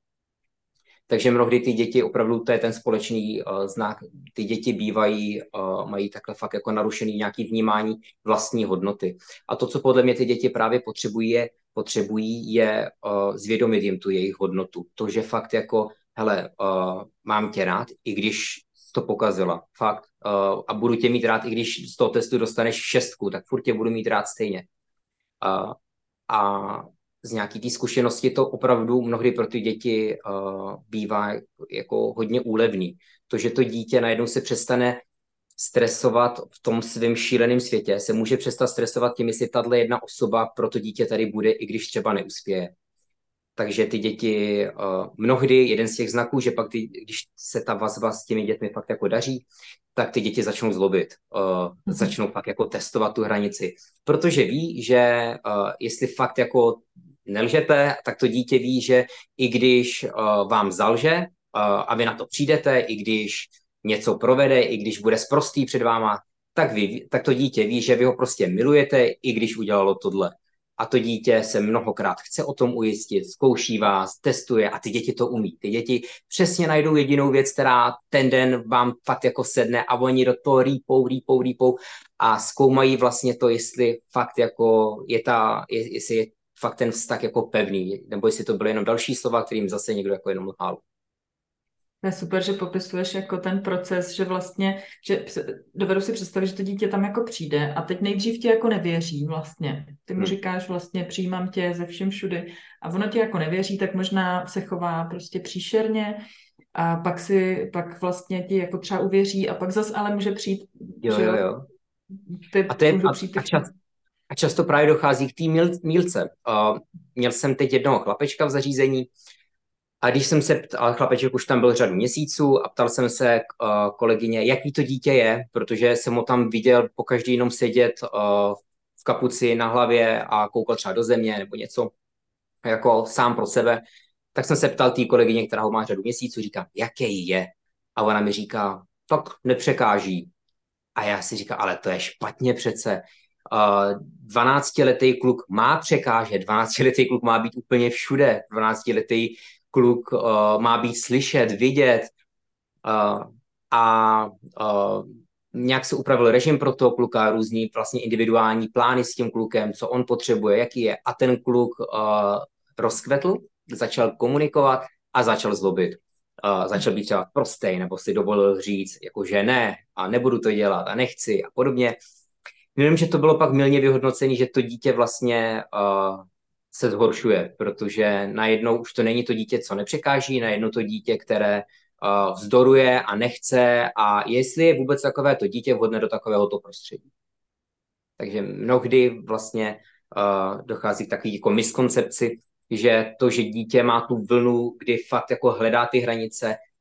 Takže mnohdy ty děti, opravdu to je ten společný uh, znak, ty děti bývají, uh, mají takhle fakt jako narušený nějaký vnímání vlastní hodnoty. A to, co podle mě ty děti právě potřebují, je, potřebují, je uh, zvědomit jim tu jejich hodnotu. To, že fakt jako, hele, uh, mám tě rád, i když to pokazila, fakt, uh, a budu tě mít rád, i když z toho testu dostaneš šestku, tak furt tě budu mít rád stejně. Uh, a z nějaký té zkušenosti to opravdu mnohdy pro ty děti uh, bývá jako hodně úlevný. To, že to dítě najednou se přestane stresovat v tom svém šíleném světě, se může přestat stresovat tím, jestli tato jedna osoba pro to dítě tady bude, i když třeba neuspěje. Takže ty děti, uh, mnohdy jeden z těch znaků, že pak ty, když se ta vazba s těmi dětmi fakt jako daří, tak ty děti začnou zlobit, uh, mm-hmm. začnou fakt jako testovat tu hranici. Protože ví, že uh, jestli fakt jako nelžete, tak to dítě ví, že i když uh, vám zalže uh, a vy na to přijdete, i když něco provede, i když bude sprostý před váma, tak, vy, tak to dítě ví, že vy ho prostě milujete, i když udělalo tohle. A to dítě se mnohokrát chce o tom ujistit, zkouší vás, testuje a ty děti to umí. Ty děti přesně najdou jedinou věc, která ten den vám fakt jako sedne a oni do toho rýpou, rýpou, rýpou a zkoumají vlastně to, jestli fakt jako je ta, jestli je fakt ten vztah jako pevný, nebo jestli to byly jenom další slova, kterým zase někdo jako jenom lhal. To je super, že popisuješ jako ten proces, že vlastně, že dovedu si představit, že to dítě tam jako přijde a teď nejdřív ti jako nevěří vlastně. Ty mu hmm. říkáš vlastně přijímám tě ze všem všudy a ono ti jako nevěří, tak možná se chová prostě příšerně a pak si, pak vlastně ti jako třeba uvěří a pak zas ale může přijít, jo, že jo, jo. Ty a, to je, a, přijít a, čas, a často právě dochází k té míl, mílce. Uh, měl jsem teď jednoho chlapečka v zařízení. A když jsem se ptal, chlapeček už tam byl řadu měsíců a ptal jsem se uh, kolegyně, jaký to dítě je, protože jsem ho tam viděl po každý jenom sedět uh, v kapuci na hlavě a koukal třeba do země nebo něco jako sám pro sebe, tak jsem se ptal té kolegyně, která ho má řadu měsíců, říkám, jaký je? A ona mi říká, tak nepřekáží. A já si říkám, ale to je špatně přece. Uh, dvanáctiletý kluk má překážet, dvanáctiletý kluk má být úplně všude, dvanáctiletý kluk uh, má být slyšet, vidět uh, a uh, nějak se upravil režim pro toho kluka, různý vlastně individuální plány s tím klukem, co on potřebuje, jaký je. A ten kluk uh, rozkvetl, začal komunikovat a začal zlobit. Uh, začal být třeba prostej, nebo si dovolil říct, jako že ne a nebudu to dělat a nechci a podobně. Vím, že to bylo pak mylně vyhodnocené, že to dítě vlastně uh, se zhoršuje, protože najednou už to není to dítě, co nepřekáží, najednou to dítě, které uh, vzdoruje a nechce a jestli je vůbec takové to dítě vhodné do takovéhoto prostředí. Takže mnohdy vlastně uh, dochází k takové jako miskoncepci, že to, že dítě má tu vlnu, kdy fakt jako hledá ty hranice,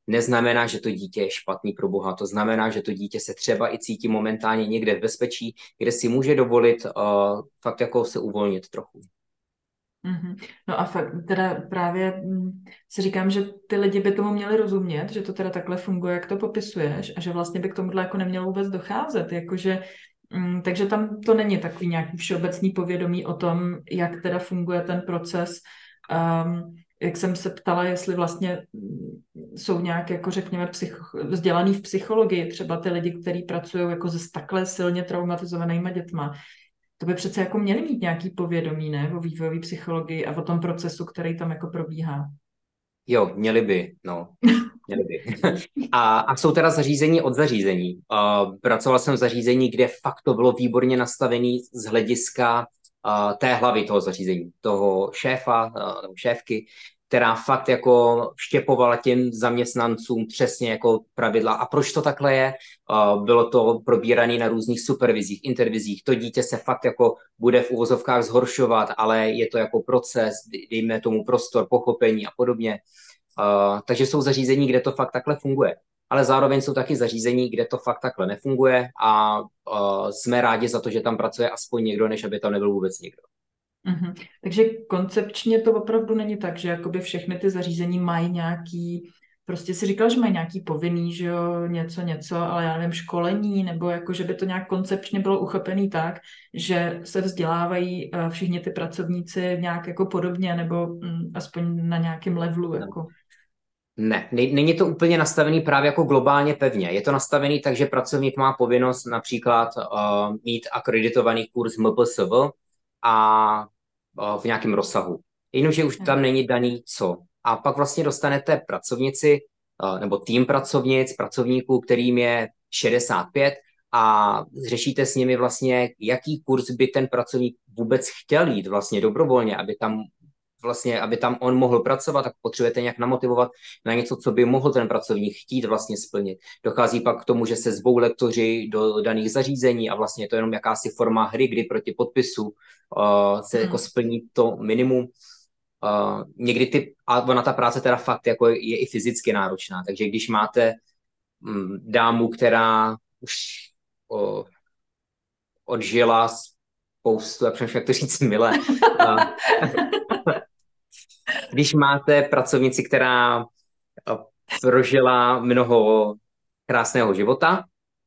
neznamená, že to dítě je špatný pro Boha. To znamená, že to dítě se třeba i cítí momentálně někde v bezpečí, kde si může dovolit uh, fakt jako se uvolnit trochu. Mm-hmm. No a fakt, teda právě mm, si říkám, že ty lidi by tomu měli rozumět, že to teda takhle funguje, jak to popisuješ, a že vlastně by k tomuhle jako nemělo vůbec docházet, jakože, mm, takže tam to není takový nějaký všeobecný povědomí o tom, jak teda funguje ten proces. Um, jak jsem se ptala, jestli vlastně mm, jsou nějak, jako řekněme, psych- vzdělaný v psychologii, třeba ty lidi, kteří pracují jako se takhle silně traumatizovanýma dětma, to by přece jako měli mít nějaký povědomí, ne, o vývojové psychologii a o tom procesu, který tam jako probíhá. Jo, měli by, no. Měli by. A, a jsou teda zařízení od zařízení. Uh, pracoval jsem v zařízení, kde fakt to bylo výborně nastavené z hlediska uh, té hlavy toho zařízení, toho šéfa uh, nebo šéfky, která fakt jako vštěpovala těm zaměstnancům přesně jako pravidla. A proč to takhle je? Uh, bylo to probírané na různých supervizích, intervizích. To dítě se fakt jako bude v uvozovkách zhoršovat, ale je to jako proces, dejme tomu prostor, pochopení a podobně. Uh, takže jsou zařízení, kde to fakt takhle funguje. Ale zároveň jsou taky zařízení, kde to fakt takhle nefunguje a uh, jsme rádi za to, že tam pracuje aspoň někdo, než aby tam nebyl vůbec nikdo. Mm-hmm. Takže koncepčně to opravdu není tak, že jakoby všechny ty zařízení mají nějaký, prostě si říkal, že mají nějaký povinný, že jo, něco, něco, ale já nevím, školení, nebo jako, že by to nějak koncepčně bylo uchopený tak, že se vzdělávají uh, všichni ty pracovníci nějak jako podobně, nebo mm, aspoň na nějakém levelu, jako. Ne, není to úplně nastavený právě jako globálně pevně. Je to nastavený tak, že pracovník má povinnost například uh, mít akreditovaný kurz M P S V a uh, v nějakém rozsahu. Jenomže už tam není daný co. A pak vlastně dostanete pracovnici uh, nebo tým pracovnic, pracovníků, kterým je šedesát pět a řešíte s nimi vlastně, jaký kurz by ten pracovník vůbec chtěl jít vlastně dobrovolně, aby tam vlastně, aby tam on mohl pracovat, tak potřebujete nějak namotivovat na něco, co by mohl ten pracovník chtít vlastně splnit. Dochází pak k tomu, že se zvou lektoři do daných zařízení a vlastně je to jenom jakási forma hry, kdy proti podpisu uh, se hmm. jako splní to minimum. Uh, někdy ty, a ona ta práce teda fakt jako je, je i fyzicky náročná, takže když máte um, dámu, která už uh, odžila spoustu, jak přemýšlím, jak to říct milé, uh, když máte pracovnici, která prožila mnoho krásného života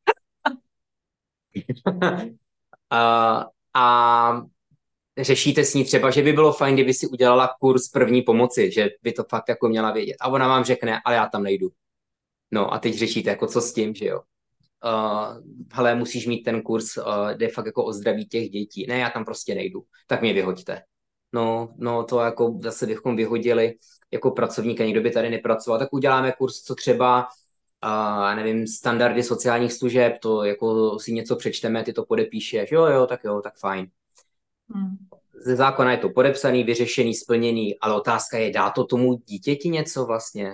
a, a řešíte s ní třeba, že by bylo fajn, kdyby si udělala kurz první pomoci, že by to fakt jako měla vědět. A ona vám řekne, ale já tam nejdu. No a teď řešíte, jako co s tím, že jo. Uh, hele, musíš mít ten kurz, uh, kde fakt jako o zdraví těch dětí. Ne, já tam prostě nejdu. Tak mě vyhoďte. No, no to jako zase bychom vyhodili jako pracovníka, někdo by tady nepracoval, tak uděláme kurz, co třeba, uh, nevím, standardy sociálních služeb, to jako si něco přečteme, ty to podepíšeš, jo, jo, tak jo, tak fajn. Hmm. Ze zákona je to podepsaný, vyřešený, splněný, ale otázka je, dá to tomu dítěti něco vlastně?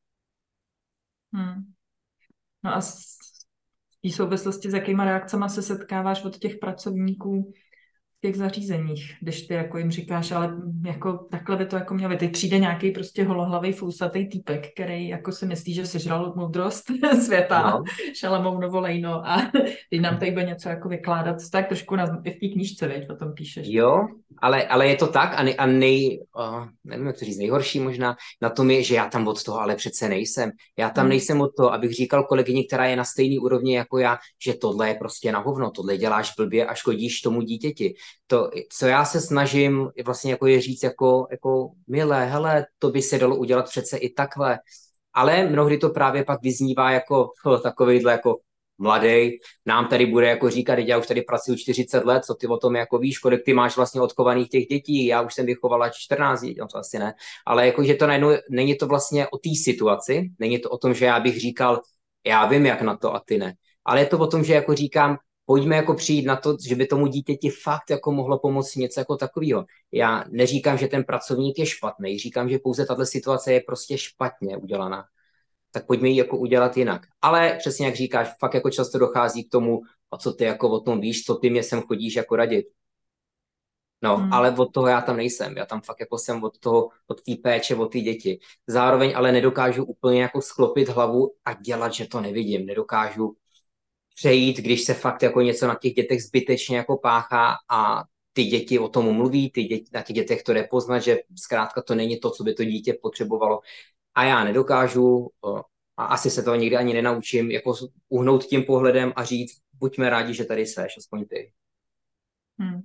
Hmm. No a v té souvislosti, s jakýma reakcemi se setkáváš od těch pracovníků v těch zařízeních, když ty jako jim říkáš, ale jako takhle by to jako mělo být. Teď přijde nějaký prostě holohlavý fousatý týpek, který jako si myslí, že sežral moudrost světa, no. Šalamounovo lejno a teď nám tady bude něco jako vykládat, tak trošku na, i v té knížce, veď, o tom píšeš. Jo, ale, ale je to tak a, nej, a nej, uh, nevím, jak to říct, nejhorší možná na tom je, že já tam od toho ale přece nejsem. Já tam hmm. nejsem od toho, abych říkal kolegyni, která je na stejný úrovni jako já, že tohle je prostě na hovno, tohle děláš blbě a škodíš tomu dítěti. To, co já se snažím vlastně jako je říct jako, jako milé, hele, to by se dalo udělat přece i takhle. Ale mnohdy to právě pak vyznívá jako oh, takovejhle jako mladej, nám tady bude jako říkat, já už tady pracuji čtyřicet let, co ty o tom jako víš, kolik ty máš vlastně odchovaných těch dětí, já už jsem vychovala čtrnáct dětí, no to asi ne, ale jako, že to najednou, není to vlastně o té situaci, není to o tom, že já bych říkal, já vím, jak na to a ty ne, ale je to o tom, že jako říkám, pojďme jako přijít na to, že by tomu dítěti fakt jako mohlo pomoct něco jako takového. Já neříkám, že ten pracovník je špatný, říkám, že pouze tato situace je prostě špatně udělaná. Tak pojďme ji jako udělat jinak. Ale přesně jak říkáš, fakt jako často dochází k tomu, a co ty jako o tom víš, co ty mě sem chodíš jako radit. No, Hmm. ale od toho já tam nejsem. Já tam fakt jako jsem od toho, od té péče, od té děti. Zároveň ale nedokážu úplně jako sklopit hlavu a dělat, že to nevidím. Nedokážu přejít, když se fakt jako něco na těch dětech zbytečně jako páchá a ty děti o tom mluví, ty děti, na těch dětech to jde poznat, že zkrátka to není to, co by to dítě potřebovalo. A já nedokážu, a asi se to nikdy ani nenaučím, jako uhnout tím pohledem a říct, buďme rádi, že tady seš, aspoň ty. Hmm.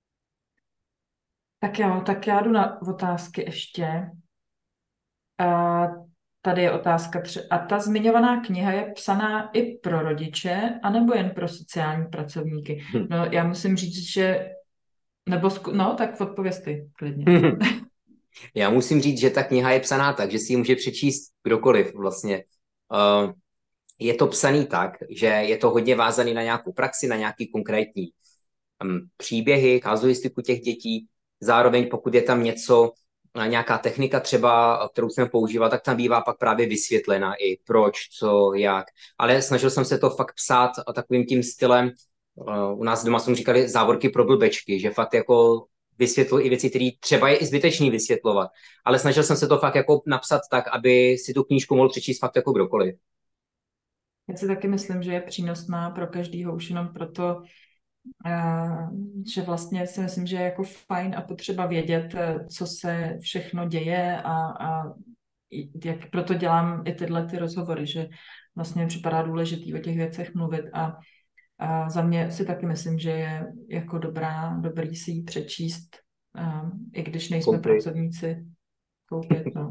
Tak jo, tak já jdu na otázky ještě. A tady je otázka tři. A ta zmiňovaná kniha je psaná i pro rodiče, anebo jen pro sociální pracovníky? Hm. No, já musím říct, že... Nebo zku... No, tak odpověz ty, klidně. Já musím říct, že ta kniha je psaná tak, že si ji může přečíst kdokoliv vlastně. Uh, je to psaný tak, že je to hodně vázaný na nějakou praxi, na nějaký konkrétní um, příběhy, kazuistiku těch dětí. Zároveň pokud je tam něco, nějaká technika třeba, kterou chceme používat, tak tam bývá pak právě vysvětlena i proč, co, jak. Ale snažil jsem se to fakt psát takovým tím stylem, uh, u nás doma jsme říkali závorky pro blbečky, že fakt jako vysvětlil i věci, které třeba je i zbytečný vysvětlovat. Ale snažil jsem se to fakt jako napsat tak, aby si tu knížku mohl přečíst fakt jako kdokoliv. Já si taky myslím, že je přínosná pro každýho, už jenom proto, uh, že vlastně si myslím, že je jako fajn a potřeba vědět, co se všechno děje a, a jak proto dělám i tyhle ty rozhovory, že vlastně mi připadá důležitý o těch věcech mluvit a, a za mě si taky myslím, že je jako dobrá, dobrý si ji přečíst, uh, i když nejsme Koupit. pracovníci, koupit, no.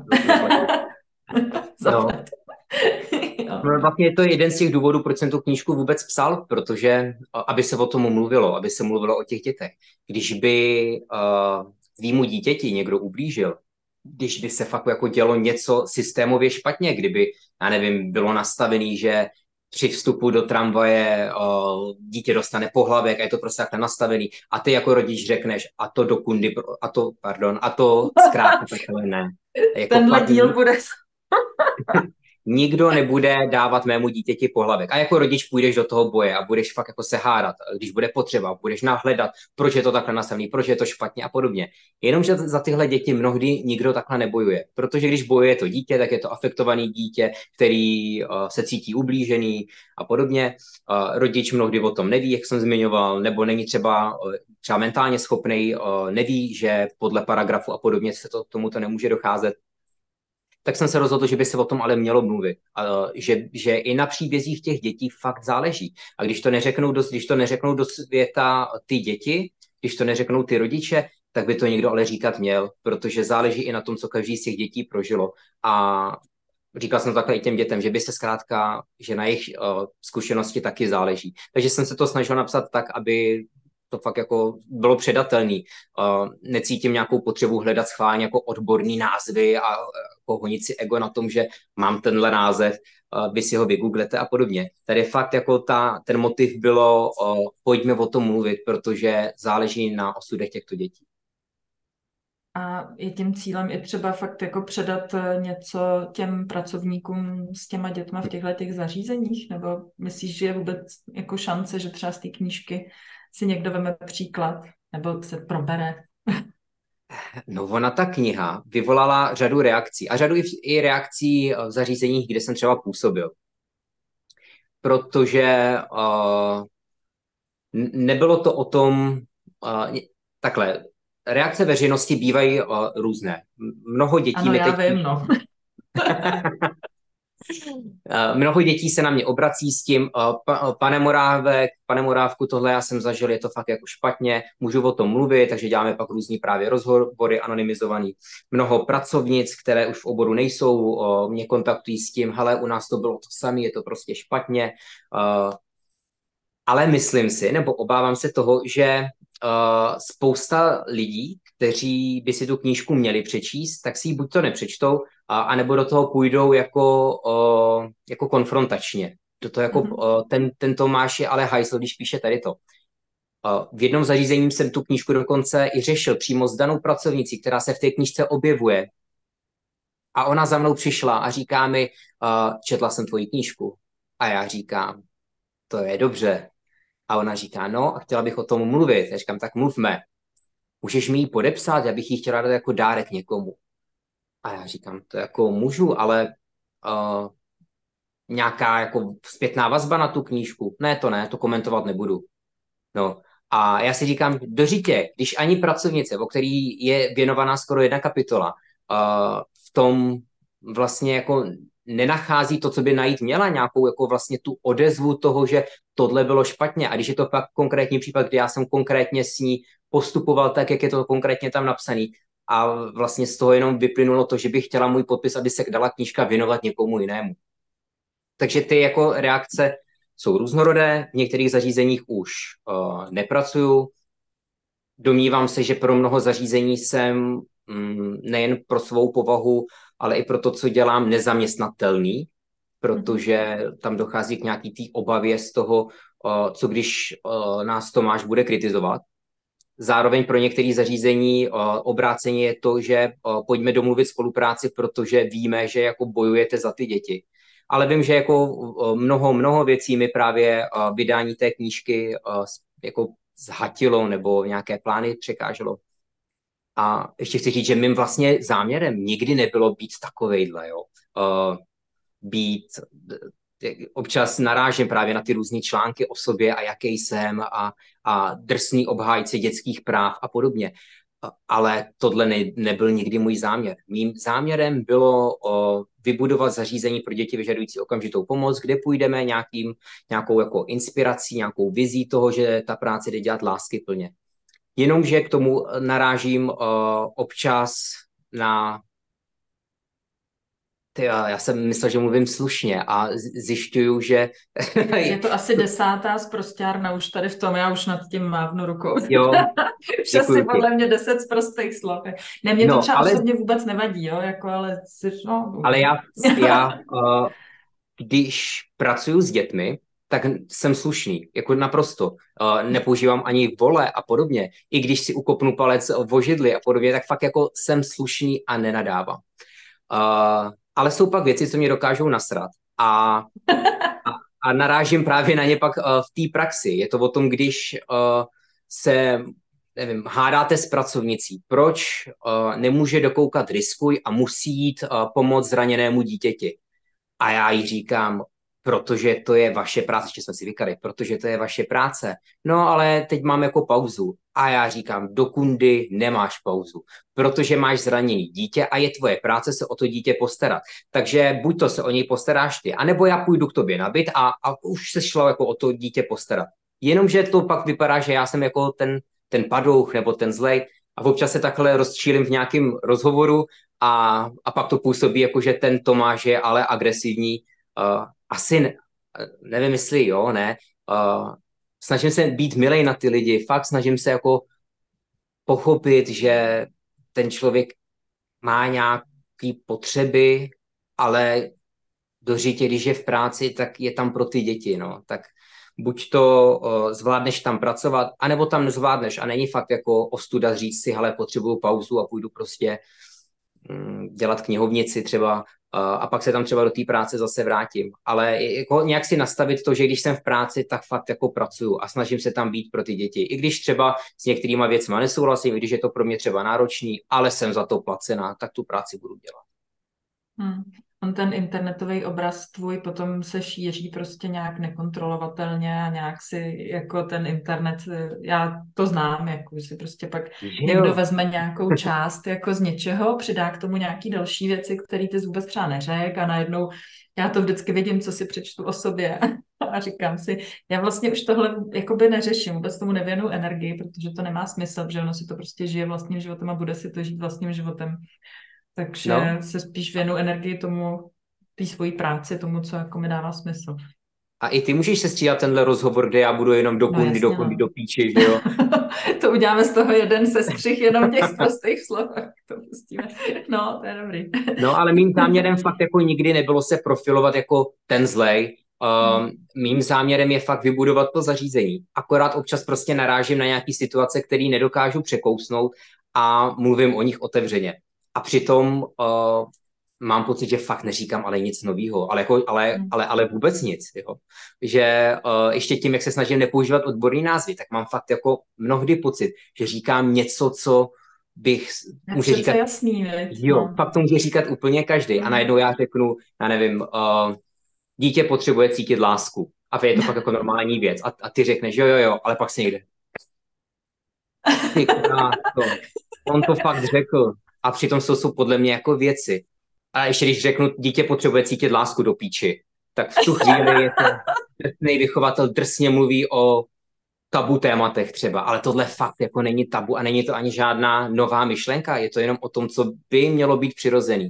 No. No, vlastně je to jeden z těch důvodů, proč jsem tu knížku vůbec psal, protože aby se o tom mluvilo, aby se mluvilo o těch dětech. Když by uh, tvýmu dítěti někdo ublížil, když by se fakt jako dělo něco systémově špatně, kdyby, já nevím, bylo nastavený, že při vstupu do tramvaje uh, dítě dostane pohlavek a je to prostě takhle nastavený a ty jako rodič řekneš a to do kundy, a to, pardon, a to zkrátka takhle ne. Jako Tenhle fakt díl bude... nikdo nebude dávat mému dítěti pohlavek. A jako rodič půjdeš do toho boje a budeš fakt jako se hádat, když bude potřeba, budeš nahledat, proč je to takhle nastavený, proč je to špatně a podobně. Jenomže za tyhle děti mnohdy nikdo takhle nebojuje, protože když bojuje to dítě, tak je to afektovaný dítě, který uh, se cítí ublížený a podobně. Uh, rodič mnohdy o tom neví, jak jsem zmiňoval, nebo není třeba, uh, třeba mentálně schopný, uh, neví, že podle paragrafu a podobně se to, tomu to nemůže docházet. Tak jsem se rozhodl, že by se o tom ale mělo mluvit. A, že, že i na příbězích těch dětí fakt záleží. A když to neřeknou do, když to neřeknou do světa ty děti, když to neřeknou ty rodiče, tak by to někdo ale říkat měl, protože záleží i na tom, co každý z těch dětí prožilo. A říkal jsem to takhle i těm dětem, že by se zkrátka, že na jejich uh, zkušenosti taky záleží. Takže jsem se to snažil napsat tak, aby to fakt jako bylo předatelný. Uh, necítím nějakou potřebu hledat schválně jako odborný názvy a jako honit si ego na tom, že mám tenhle název, uh, vy si ho vygooglete a podobně. Tady fakt jako ta, ten motiv bylo, uh, pojďme o tom mluvit, protože záleží na osudech těchto dětí. A je tím cílem i třeba fakt jako předat něco těm pracovníkům s těma dětma v těchto těch zařízeních? Nebo myslíš, že je vůbec jako šance, že třeba z té knížky si někdo veme příklad nebo se probere? No ona ta kniha vyvolala řadu reakcí a řadu i, i reakcí v zařízeních, kde jsem třeba působil. Protože uh, nebylo to o tom, uh, takhle, reakce veřejnosti bývají uh, různé. Mnoho dětí... Ano, já teď... vím, no. Mnoho dětí se na mě obrací s tím, pane Morávek, pane Morávku, tohle já jsem zažil, je to fakt jako špatně, můžu o tom mluvit, takže děláme pak různý právě rozhovory anonymizovaný. Mnoho pracovnic, které už v oboru nejsou, mě kontaktují s tím, hele, u nás to bylo to samé, je to prostě špatně. Ale myslím si, nebo obávám se toho, že spousta lidí, kteří by si tu knížku měli přečíst, tak si ji buď to nepřečtou, a, anebo do toho půjdou jako, o, jako konfrontačně. Do toho jako, mm-hmm. o, ten, ten Tomáš je ale hajzl, když píše tady to. O, v jednom zařízení jsem tu knížku dokonce i řešil přímo s danou pracovnicí, která se v té knížce objevuje. A ona za mnou přišla a říká mi, o, četla jsem tvoji knížku. A já říkám, to je dobře. A ona říká, no a chtěla bych o tom mluvit. Já říkám, tak mluvme. můžeš mi ji podepsat, já bych ji chtěla dát jako dárek někomu. A já říkám, to jako můžu, ale uh, nějaká jako zpětná vazba na tu knížku? Ne, to ne, to komentovat nebudu. No. A já si říkám, dožitě, když ani pracovnice, o který je věnovaná skoro jedna kapitola, uh, v tom vlastně jako nenachází to, co by najít měla, nějakou jako vlastně tu odezvu toho, že tohle bylo špatně. A když je to fakt konkrétní případ, kdy já jsem konkrétně s ní postupoval tak, jak je to konkrétně tam napsaný, a vlastně z toho jenom vyplynulo to, že bych chtěla můj podpis, aby se dala knížka věnovat někomu jinému. Takže ty jako reakce jsou různorodé, v některých zařízeních už uh, nepracuju. Domnívám se, že pro mnoho zařízení jsem mm, nejen pro svou povahu, ale i pro to, co dělám, nezaměstnatelný, protože tam dochází k nějaký té obavě z toho, uh, co když uh, nás Tomáš bude kritizovat. Zároveň pro některé zařízení uh, obráceně je to, že uh, pojďme domluvit spolupráci, protože víme, že jako bojujete za ty děti. Ale vím, že jako uh, mnoho, mnoho věcí mi právě uh, vydání té knížky uh, jako zhatilo nebo nějaké plány překáželo. A ještě chci říct, že mým vlastně záměrem nikdy nebylo být takovejhle, jo. Uh, být, občas narážím právě na ty různé články o sobě a jaký jsem a, a drsný obhájce dětských práv a podobně. Ale tohle ne, nebyl nikdy můj záměr. Mým záměrem bylo o, vybudovat zařízení pro děti vyžadující okamžitou pomoc, kde půjdeme nějakým, nějakou jako inspirací, nějakou vizí toho, že ta práce jde dělat láskyplně. Jenomže k tomu narážím o, občas na... Ty, já jsem myslel, že mluvím slušně a zjišťuju, že... Je to asi desátá sprosťárna už tady v tom, já už nad tím mávnu rukou. Jo, už asi podle mě deset sprostých slov. Ne, mě to no, třeba ale... osobně vůbec nevadí, jo, jako, ale... No, ale já, já uh, když pracuji s dětmi, tak jsem slušný, jako naprosto. Uh, nepoužívám ani vole a podobně. I když si ukopnu palec v židli a podobně, tak fakt jako jsem slušný a nenadávám. Uh, ale jsou pak věci, co mě dokážou nasrat. A, a, a narážím právě na ně pak uh, v té praxi. Je to o tom, když uh, se, nevím, hádáte s pracovnicí. Proč uh, nemůže dokoukat riskuj a musí jít uh, pomoct zraněnému dítěti? A já jí říkám, protože to je vaše práce, ještě jsme si vykali, protože to je vaše práce. No ale teď mám jako pauzu. A já říkám, dokundy nemáš pauzu, protože máš zraněný dítě a je tvoje práce se o to dítě postarat. Takže buď to se o něj postaráš ty, anebo já půjdu k tobě na byt a, a už se šlo jako o to dítě postarat. Jenomže to pak vypadá, že já jsem jako ten, ten padouch nebo ten zlej a občas se takhle rozčílim v nějakém rozhovoru a, a pak to působí jako, že ten Tomáš je ale agresivní. Uh, asi ne, nevím, jestli jo, ne. Uh, snažím se být milej na ty lidi, fakt snažím se jako pochopit, že ten člověk má nějaké potřeby, ale dožitě, když je v práci, tak je tam pro ty děti, no. Tak buď to uh, zvládneš tam pracovat, anebo tam nezvládneš a není fakt jako ostuda říct si, hele, potřebuju pauzu a půjdu prostě um, dělat knihovnici třeba uh, a pak se tam třeba do té práce zase vrátím. Ale jako nějak si nastavit to, že když jsem v práci, tak fakt jako pracuju a snažím se tam být pro ty děti. I když třeba s některýma věcma nesouhlasím, i když je to pro mě třeba náročný, ale jsem za to placená, tak tu práci budu dělat. Hmm. On ten internetový obraz tvůj potom se šíří prostě nějak nekontrolovatelně a nějak si jako ten internet, já to znám, jako si prostě pak jo. Někdo vezme nějakou část jako z něčeho, přidá k tomu nějaký další věci, které ty vůbec třeba neřek a najednou já to vždycky vidím, co si přečtu o sobě a říkám si, já vlastně už tohle jakoby neřeším, vůbec tomu nevěnu energii, protože to nemá smysl, že ono si to prostě žije vlastním životem a bude si to žít vlastním životem. Takže no. se spíš věnu energii tomu, té svojí práci, tomu, co jako mi dává smysl. A i ty můžeš se střídat tenhle rozhovor, kde já budu jenom do kundy, no, do kundy, no. do píči, že jo? To uděláme z toho jeden sestřih, jenom těch prostých slov. To pustíme. No, to je dobrý. No, ale mým záměrem fakt jako nikdy nebylo se profilovat jako ten zlej. Um, hmm. Mým záměrem je fakt vybudovat to zařízení. Akorát občas prostě narážím na nějaký situace, které nedokážu překousnout a mluvím o nich otevřeně. A přitom uh, mám pocit, že fakt neříkám ale nic novýho, ale, jako, ale, Hmm. ale, ale vůbec nic. Jo. Že uh, ještě tím, jak se snažím nepoužívat odborný názvy, tak mám fakt jako mnohdy pocit, že říkám něco, co bych Je může přece říkat, jasný, viď? jo, No. fakt to může říkat úplně každý. A Hmm. najednou já řeknu, já nevím, uh, dítě potřebuje cítit lásku. A je to fakt jako normální věc. A, a ty řekneš, jo, jo, jo, ale pak se někde. Ty kráso, on to fakt řekl. A přitom to jsou podle mě jako věci. A ještě když řeknu, dítě potřebuje cítit lásku do píči, tak v tu chvíli je to drsný vychovatel drsně mluví o tabu tématech třeba, ale tohle fakt jako není tabu a není to ani žádná nová myšlenka, je to jenom o tom, co by mělo být přirozený.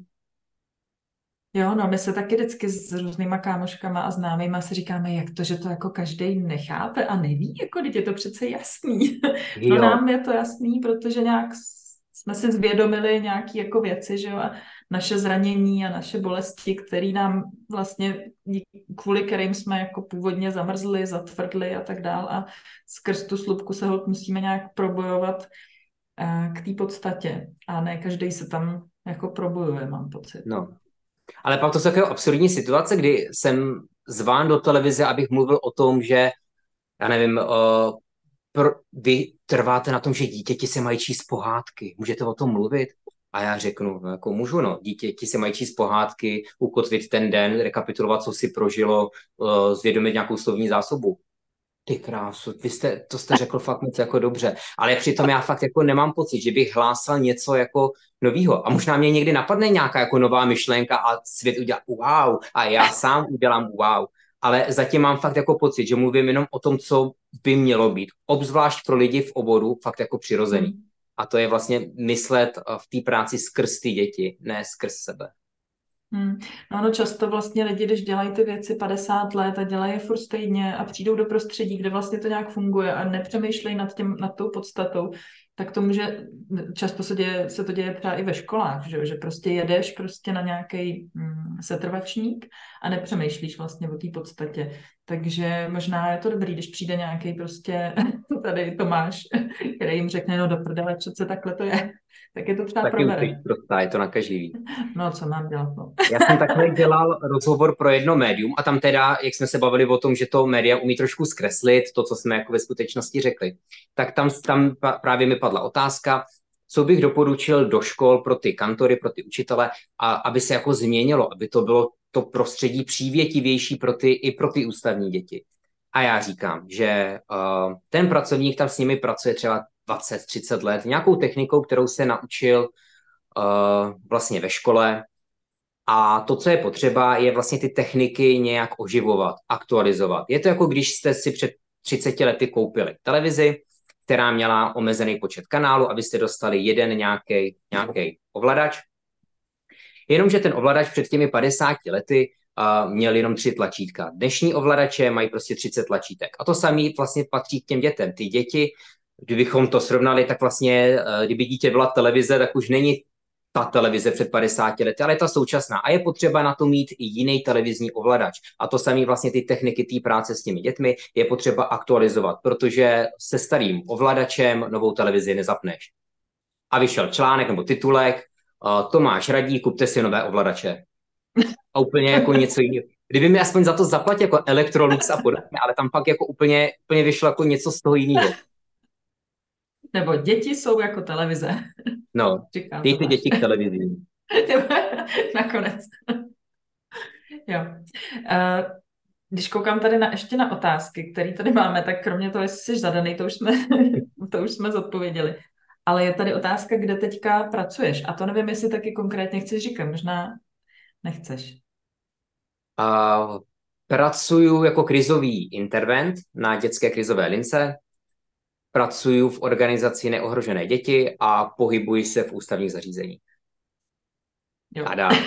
Jo, no, my se taky vždycky s různýma kámoškama a známýma si říkáme, jak to, že to jako každý nechápe a neví, jako teď je to přece jasný. No Jo, nám je to jasný, protože nějak s- jsme si zvědomili nějaké jako věci, že jo, a naše zranění a naše bolesti, které nám vlastně, díky- kvůli kterým jsme jako původně zamrzli, zatvrdli a tak dál a skrz tu slupku se holt musíme nějak probojovat eh, k té podstatě a ne každý se tam jako probojuje, mám pocit. no. Ale pak to jsou takové absurdní situace, kdy jsem zván do televize, abych mluvil o tom, že, já nevím, uh, pro, vy trváte na tom, že dítěti se mají číst pohádky. Můžete o tom mluvit? A já řeknu, no, jako můžu, no. Dítěti se mají číst pohádky, ukotvit ten den, rekapitulovat, co si prožilo, uh, zvědomit nějakou slovní zásobu. Ty krásu, vy jste, to jste řekl fakt moc jako dobře. Ale přitom já fakt jako nemám pocit, že bych hlásal něco jako novýho. A možná mě někdy napadne nějaká jako nová myšlenka a svět udělá wow a já sám udělám wow. Ale zatím mám fakt jako pocit, že mluvím jenom o tom, co by mělo být. Obzvlášť pro lidi v oboru fakt jako přirozený. Hmm. A to je vlastně myslet v té práci skrz ty děti, ne skrz sebe. Hmm. No, no často vlastně lidi, když dělají ty věci padesát let a dělají je furt stejně a přijdou do prostředí, kde vlastně to nějak funguje a nepřemýšlejí nad tím, nad tou podstatou, tak to může, často se, děje, se to děje třeba i ve školách, že, že prostě jedeš prostě na nějaký mm, setrvačník a nepřemýšlíš vlastně o té podstatě. Takže možná je to dobrý, když přijde nějaký prostě tady Tomáš, který jim řekne, no do prdele, přece takhle to je, tak je to třeba Taky už probere. jsi prostá, je to nakažlivý. No, co mám dělat, no. Já jsem takhle dělal rozhovor pro jedno médium a tam teda, jak jsme se bavili o tom, že to média umí trošku zkreslit, to, co jsme jako ve skutečnosti řekli, tak tam, tam právě mi padla otázka, co bych doporučil do škol pro ty kantory, pro ty učitele, a aby se jako změnilo, aby to bylo to prostředí přívětivější pro ty, i pro ty ústavní děti. A já říkám, že uh, ten pracovník tam s nimi pracuje třeba dvacet třicet let, nějakou technikou, kterou se naučil uh, vlastně ve škole. A to, co je potřeba, je vlastně ty techniky nějak oživovat, aktualizovat. Je to jako když jste si před třiceti lety koupili televizi, která měla omezený počet kanálů, abyste dostali jeden nějaký nějaký ovladač. Jenomže ten ovladač před těmi padesáti lety uh, měl jenom tři tlačítka. Dnešní ovladače mají prostě třicet tlačítek. A to samé vlastně patří k těm dětem. Ty děti, kdybychom to srovnali, tak vlastně, uh, kdyby dítě byla televize, tak už není ta televize před padesáti lety, ale je ta současná. A je potřeba na to mít i jiný televizní ovladač. A to samé vlastně ty techniky té práce s těmi dětmi je potřeba aktualizovat, protože se starým ovladačem novou televizi nezapneš. A vyšel článek nebo titulek, uh, Tomáš radí, kupte si nové ovladače. A úplně jako něco jiného. Kdyby mi aspoň za to zaplatil jako Electrolux a podobně, ale tam pak jako úplně, úplně vyšlo jako něco z toho jiného. Nebo děti jsou jako televize. No, Říká dejte Tomáš. děti k televizi. Nakonec. Jo. Uh, když koukám tady na, ještě na otázky, které tady máme, tak kromě toho, jestli jsi zadaný, to už jsme, to už jsme zodpověděli. Ale je tady otázka, kde teďka pracuješ. A to nevím, jestli taky konkrétně chceš říkat. Možná nechceš. Uh, pracuju jako krizový intervent na dětské krizové lince. Pracuju v organizaci Neohrožené děti a pohybuji se v ústavních zařízeních. Jo. A dá.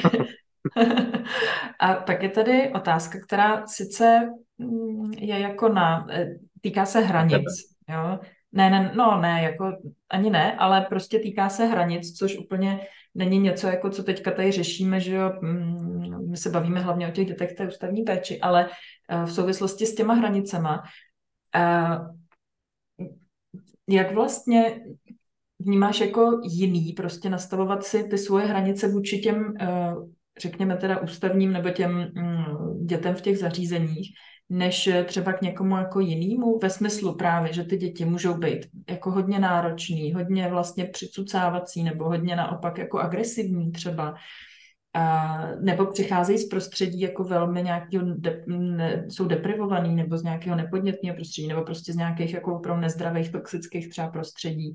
A pak je tady otázka, která sice mm, je jako na, týká se hranic, jo. Ne, ne, no ne, jako ani ne, ale prostě týká se hranic, což úplně není něco, jako co teďka tady řešíme, že jo, mm, my se bavíme hlavně o těch dětech té ústavní péči, ale uh, v souvislosti s těma hranicema, uh, jak vlastně vnímáš jako jiný, prostě nastavovat si ty svoje hranice vůči těm uh, řekněme teda ústavním nebo těm mm, dětem v těch zařízeních, než třeba k někomu jako jinému, ve smyslu právě, že ty děti můžou být jako hodně náročný, hodně vlastně přicucávací nebo hodně naopak jako agresivní třeba, a, nebo přicházejí z prostředí jako velmi nějakého, de, ne, jsou deprivovaný nebo z nějakého nepodnětného prostředí nebo prostě z nějakých jako opravdu nezdravých, toxických třeba prostředí.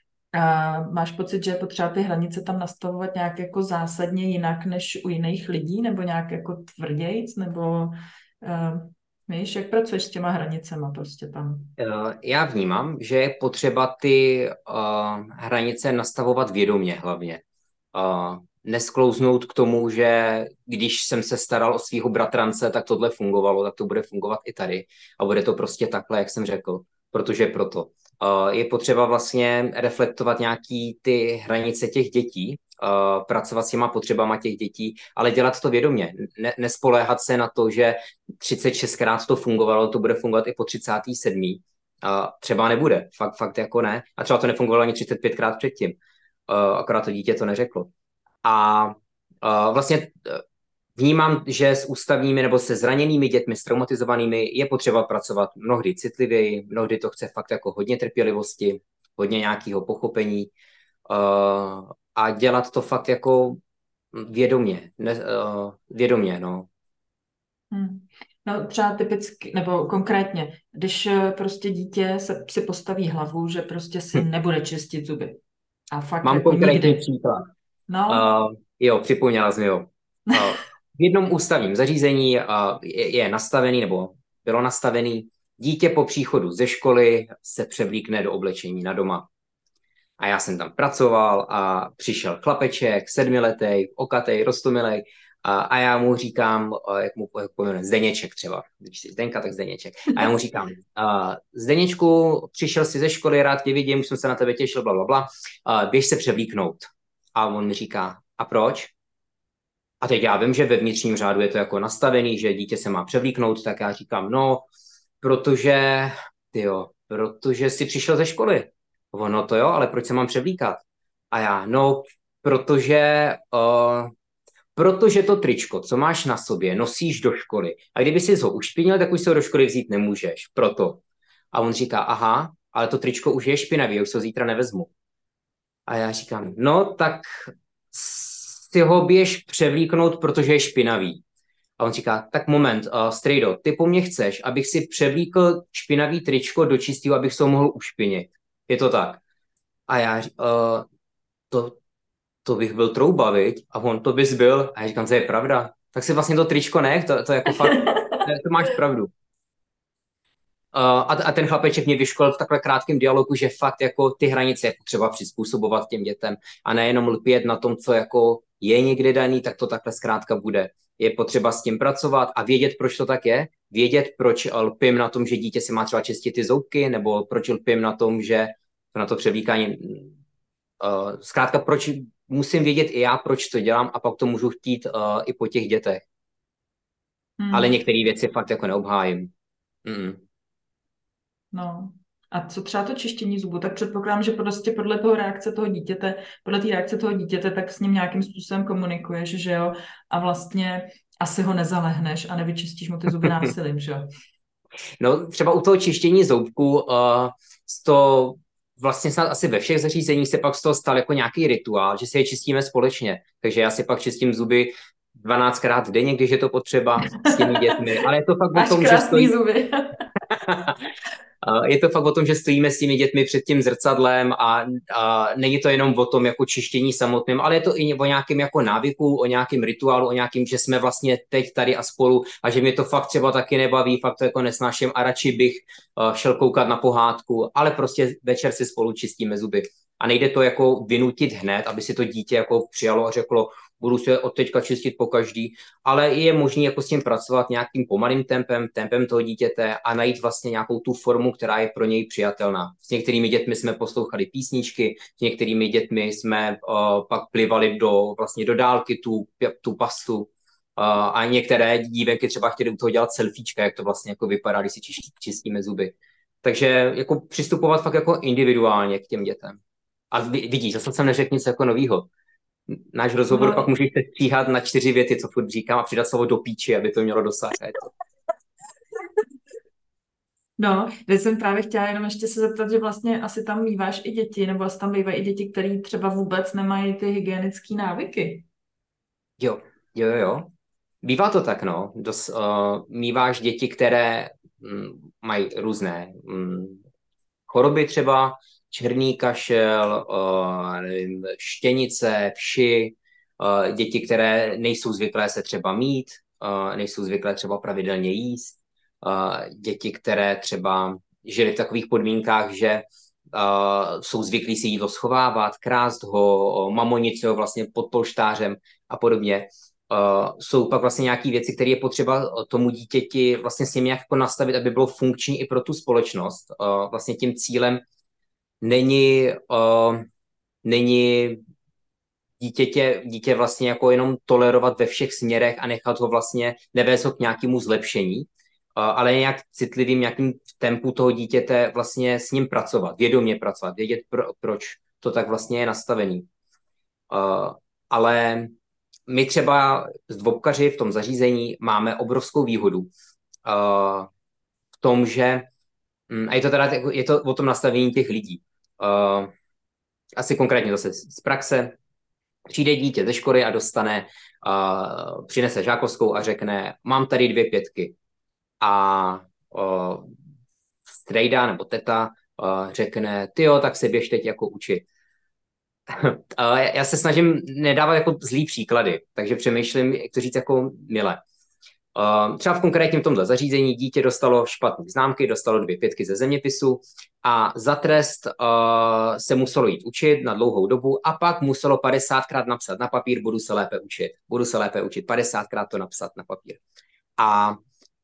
A máš pocit, že je potřeba ty hranice tam nastavovat nějak jako zásadně jinak než u jiných lidí nebo nějak jako tvrdějc nebo... Uh, Víš, jak pracuješ s těma hranicema prostě tam? Já vnímám, že je potřeba ty uh, hranice nastavovat vědomě hlavně. Uh, nesklouznout k tomu, že když jsem se staral o svého bratrance, tak tohle fungovalo, tak to bude fungovat i tady. A bude to prostě takhle, jak jsem řekl. Protože proto. Uh, je potřeba vlastně reflektovat nějaký ty hranice těch dětí, uh, pracovat s těma potřebama těch dětí, ale dělat to vědomě. Ne, nespoléhat se na to, že třicet šestkrát to fungovalo, to bude fungovat i po třicátém sedmém Uh, třeba nebude, fakt, fakt jako ne. A třeba to nefungovalo ani třicet pětkrát předtím. Uh, akorát to dítě to neřeklo. A uh, vlastně uh, vnímám, že s ústavními nebo se zraněnými dětmi, s traumatizovanými je potřeba pracovat mnohdy citlivěji, mnohdy to chce fakt jako hodně trpělivosti, hodně nějakého pochopení uh, a dělat to fakt jako vědomě, ne, uh, vědomě, no. Hmm. No třeba typicky, nebo konkrétně, když prostě dítě se, si postaví hlavu, že prostě si hm. nebude čistit zuby. A fakt Mám jako konkrétní nikdy. příklad. No. Uh, jo, připomněla jsi mi ho. Uh, v jednom ústavním zařízení uh, je, je nastavený, nebo bylo nastavený, dítě po příchodu ze školy se převlíkne do oblečení na doma. A já jsem tam pracoval a přišel chlapeček, sedmiletý, okatej, roztomilej, a, a já mu říkám, jak mu pojmenuje, Zdeněček třeba, když jsi Zdenka, tak Zdeněček. A já mu říkám, uh, Zdeněčku, přišel jsi ze školy, rád tě vidím, už jsem se na tebe těšil, blablabla, uh, běž se převlíknout. A on mi říká, a proč? A teď já vím, že ve vnitřním řádu je to jako nastavený, že dítě se má převlíknout, tak já říkám, no, protože, tyjo, protože jsi přišel ze školy. Ono to jo, ale proč se mám převlíkat? A já, no, protože, uh, protože to tričko, co máš na sobě, nosíš do školy. A kdyby jsi ho ušpinil, tak už se ho do školy vzít nemůžeš. Proto. A on říká, aha, ale to tričko už je špinavý, už se ho zítra nevezmu. A já říkám, no, tak si ho běž převlíknout, protože je špinavý. A on říká, tak moment, uh, strejdo, ty po mně chceš, abych si převlíkl špinavý tričko do čistého, abych se ho mohl ušpinit. Je to tak. A já, uh, to, to bych byl trouba, viď? A on, to bys byl. A já říkám, to je pravda. Tak si vlastně to tričko nech, to, to jako fakt, to máš pravdu. Uh, a, a ten chlapeček mě vyškolil v takhle krátkém dialogu, že fakt jako ty hranice je potřeba přizpůsobovat těm dětem a nejenom lpět na tom, co jako je někde daný, tak to takhle zkrátka bude. Je potřeba s tím pracovat a vědět, proč to tak je, vědět, proč lpím na tom, že dítě si má třeba čistit ty zoubky, nebo proč lpím na tom, že na to převlíkání, uh, zkrátka proč musím vědět i já, proč to dělám a pak to můžu chtít uh, i po těch dětech. Hmm. Ale některé věci fakt jako neobhájím. Mm. No. A co třeba to čištění zubů, tak předpokládám, že prostě podle toho reakce toho dítěte, podle té reakce toho dítěte, tak s ním nějakým způsobem komunikuješ, že jo? A vlastně asi ho nezalehneš a nevyčistíš mu ty zuby násilím, že jo? No třeba u toho čištění zoubku uh, to vlastně snad asi ve všech zařízeních se pak z toho stal jako nějaký rituál, že si je čistíme společně. Takže já si pak čistím zuby dvanáctkrát denně, když je to potřeba s těmi dětmi. Ale je to fakt Máš o tom, že stojí... zuby. Je to fakt o tom, že stojíme s těmi dětmi před tím zrcadlem a, a není to jenom o tom jako čištění samotným, ale je to i o nějakém jako návyku, o nějakém rituálu, o nějakém, že jsme vlastně teď tady a spolu a že mě to fakt třeba taky nebaví, fakt to jako nesnáším a radši bych uh, šel koukat na pohádku, ale prostě večer si spolu čistíme zuby. A nejde to jako vynutit hned, aby si to dítě jako přijalo a řeklo, budu se od teďka čistit po každý, ale je možné jako s tím pracovat nějakým pomalým tempem, tempem toho dítěte a najít vlastně nějakou tu formu, která je pro něj přijatelná. S některými dětmi jsme poslouchali písničky, s některými dětmi jsme uh, pak plivali do, vlastně do dálky tu, tu pastu uh, a některé dívenky třeba chtěly u toho dělat selfiečka, jak to vlastně jako vypadá, když si čistíme zuby. Takže jako přistupovat fakt jako individuálně k těm dětem. A vidíš, zase jsem neřekl nic jako novýho. Náš rozhovor pak No, můžeš stříhat na čtyři věty, co furt říkám, a přidat slovo do píči, aby to mělo dosah. A je to... no, já jsem právě chtěla jenom ještě se zeptat, že vlastně asi tam míváš i děti, nebo asi tam bývají i děti, které třeba vůbec nemají ty hygienické návyky. Jo, jo, jo. jo. Bývá to tak, no. Dos, uh, míváš děti, které mm, mají různé mm, choroby třeba, černý kašel, uh, nevím, štěnice, vši, uh, děti, které nejsou zvyklé se třeba mít, uh, nejsou zvyklé třeba pravidelně jíst, uh, děti, které třeba žili v takových podmínkách, že uh, jsou zvyklí si jídlo schovávat, krást ho, mamonit se ho vlastně pod polštářem a podobně. Uh, jsou pak vlastně nějaké věci, které je potřeba tomu dítěti vlastně s nimi nějak jako nastavit, aby bylo funkční i pro tu společnost. Uh, vlastně tím cílem není, uh, není dítětě, dítě vlastně jako jenom tolerovat ve všech směrech a nechat ho vlastně, nevést ho k nějakému zlepšení, uh, ale nějak citlivým nějakým tempu toho dítěte vlastně s ním pracovat, vědomě pracovat, vědět, pro, proč to tak vlastně je nastavený. Uh, ale my třeba s dvobkaři v tom zařízení máme obrovskou výhodu uh, v tom, že um, a je to teda je to o tom nastavení těch lidí. Uh, asi konkrétně zase z praxe. Přijde dítě ze školy a dostane, uh, přinese žákovskou a řekne, mám tady dvě pětky. A uh, strejda nebo teta uh, řekne, tyjo, tak se běž teď jako učit. Já se snažím nedávat jako zlý příklady, takže přemýšlím, jak to říct jako milé. Třeba v konkrétním tomto zařízení dítě dostalo špatné známky, dostalo dvě pětky ze zeměpisu a za trest se muselo jít učit na dlouhou dobu a pak muselo padesátkrát napsat na papír, budu se lépe učit, budu se lépe učit, padesátkrát to napsat na papír. A,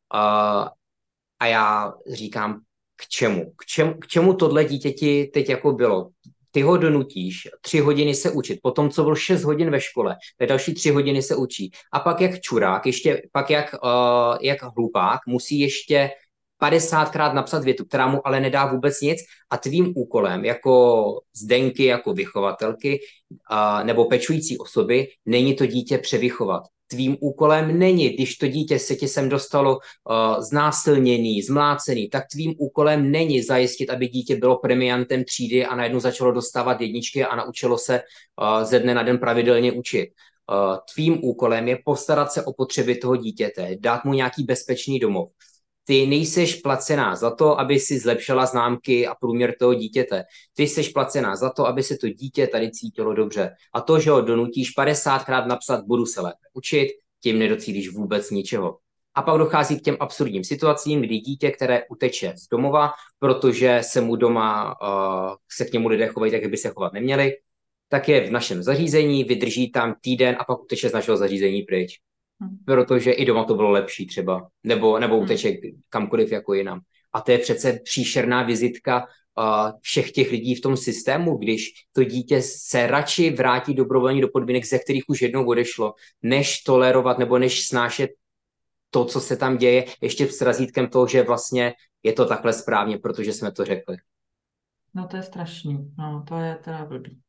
a já říkám, k čemu? K čemu, k čemu tohle dítěti teď jako bylo? Ty ho donutíš tři hodiny se učit, potom co byl šest hodin ve škole, tak další tři hodiny se učí. A pak jak čurák, ještě pak jak, uh, jak hlupák, musí ještě padesátkrát napsat větu, která mu ale nedá vůbec nic a tvým úkolem jako Zdenky, jako vychovatelky uh, nebo pečující osoby není to dítě převychovat. Tvým úkolem není, když to dítě se ti sem dostalo uh, znásilněný, zmlácený, tak tvým úkolem není zajistit, aby dítě bylo premiantem třídy a najednou začalo dostávat jedničky a naučilo se uh, ze dne na den pravidelně učit. Uh, tvým úkolem je postarat se o potřeby toho dítěte, dát mu nějaký bezpečný domov. Ty nejseš placená za to, aby si zlepšila známky a průměr toho dítěte. Ty jsi placená za to, aby se to dítě tady cítilo dobře. A to, že ho donutíš padesátkrát napsat, budu se lépe učit, tím nedocílíš vůbec ničeho. A pak dochází k těm absurdním situacím, kdy dítě, které uteče z domova, protože se mu doma, uh, se k němu lidé chovají tak, jak by se chovat neměli, tak je v našem zařízení, vydrží tam týden a pak uteče z našeho zařízení pryč. Protože i doma to bylo lepší třeba, nebo, nebo uteče kamkoliv jako jinam. A to je přece příšerná vizitka uh, všech těch lidí v tom systému, když to dítě se radši vrátí dobrovolně do podmínek, ze kterých už jednou odešlo, než tolerovat nebo než snášet to, co se tam děje, ještě s razítkem toho, že vlastně je to takhle správně, protože jsme to řekli. No to je strašný, no to je teda blbý.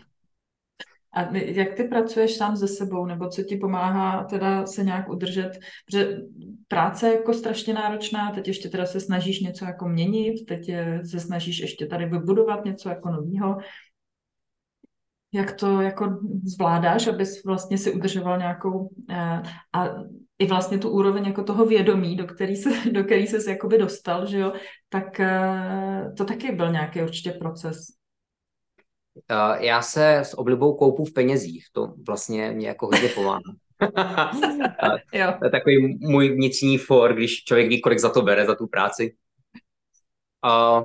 A jak ty pracuješ sám se sebou, nebo co ti pomáhá teda se nějak udržet, protože práce je jako strašně náročná, teď ještě teda se snažíš něco jako měnit, teď se snažíš ještě tady vybudovat něco jako novýho. Jak to jako zvládáš, abys vlastně si udržoval nějakou a i vlastně tu úroveň jako toho vědomí, do který se, do který ses jakoby dostal, že jo, tak to taky byl nějaký určitě proces. Uh, já se s oblibou koupu v penězích, to vlastně mě jako hodně pomáhá. To je takový můj vnitřní for, když člověk ví, kolik za to bere, za tu práci. Uh,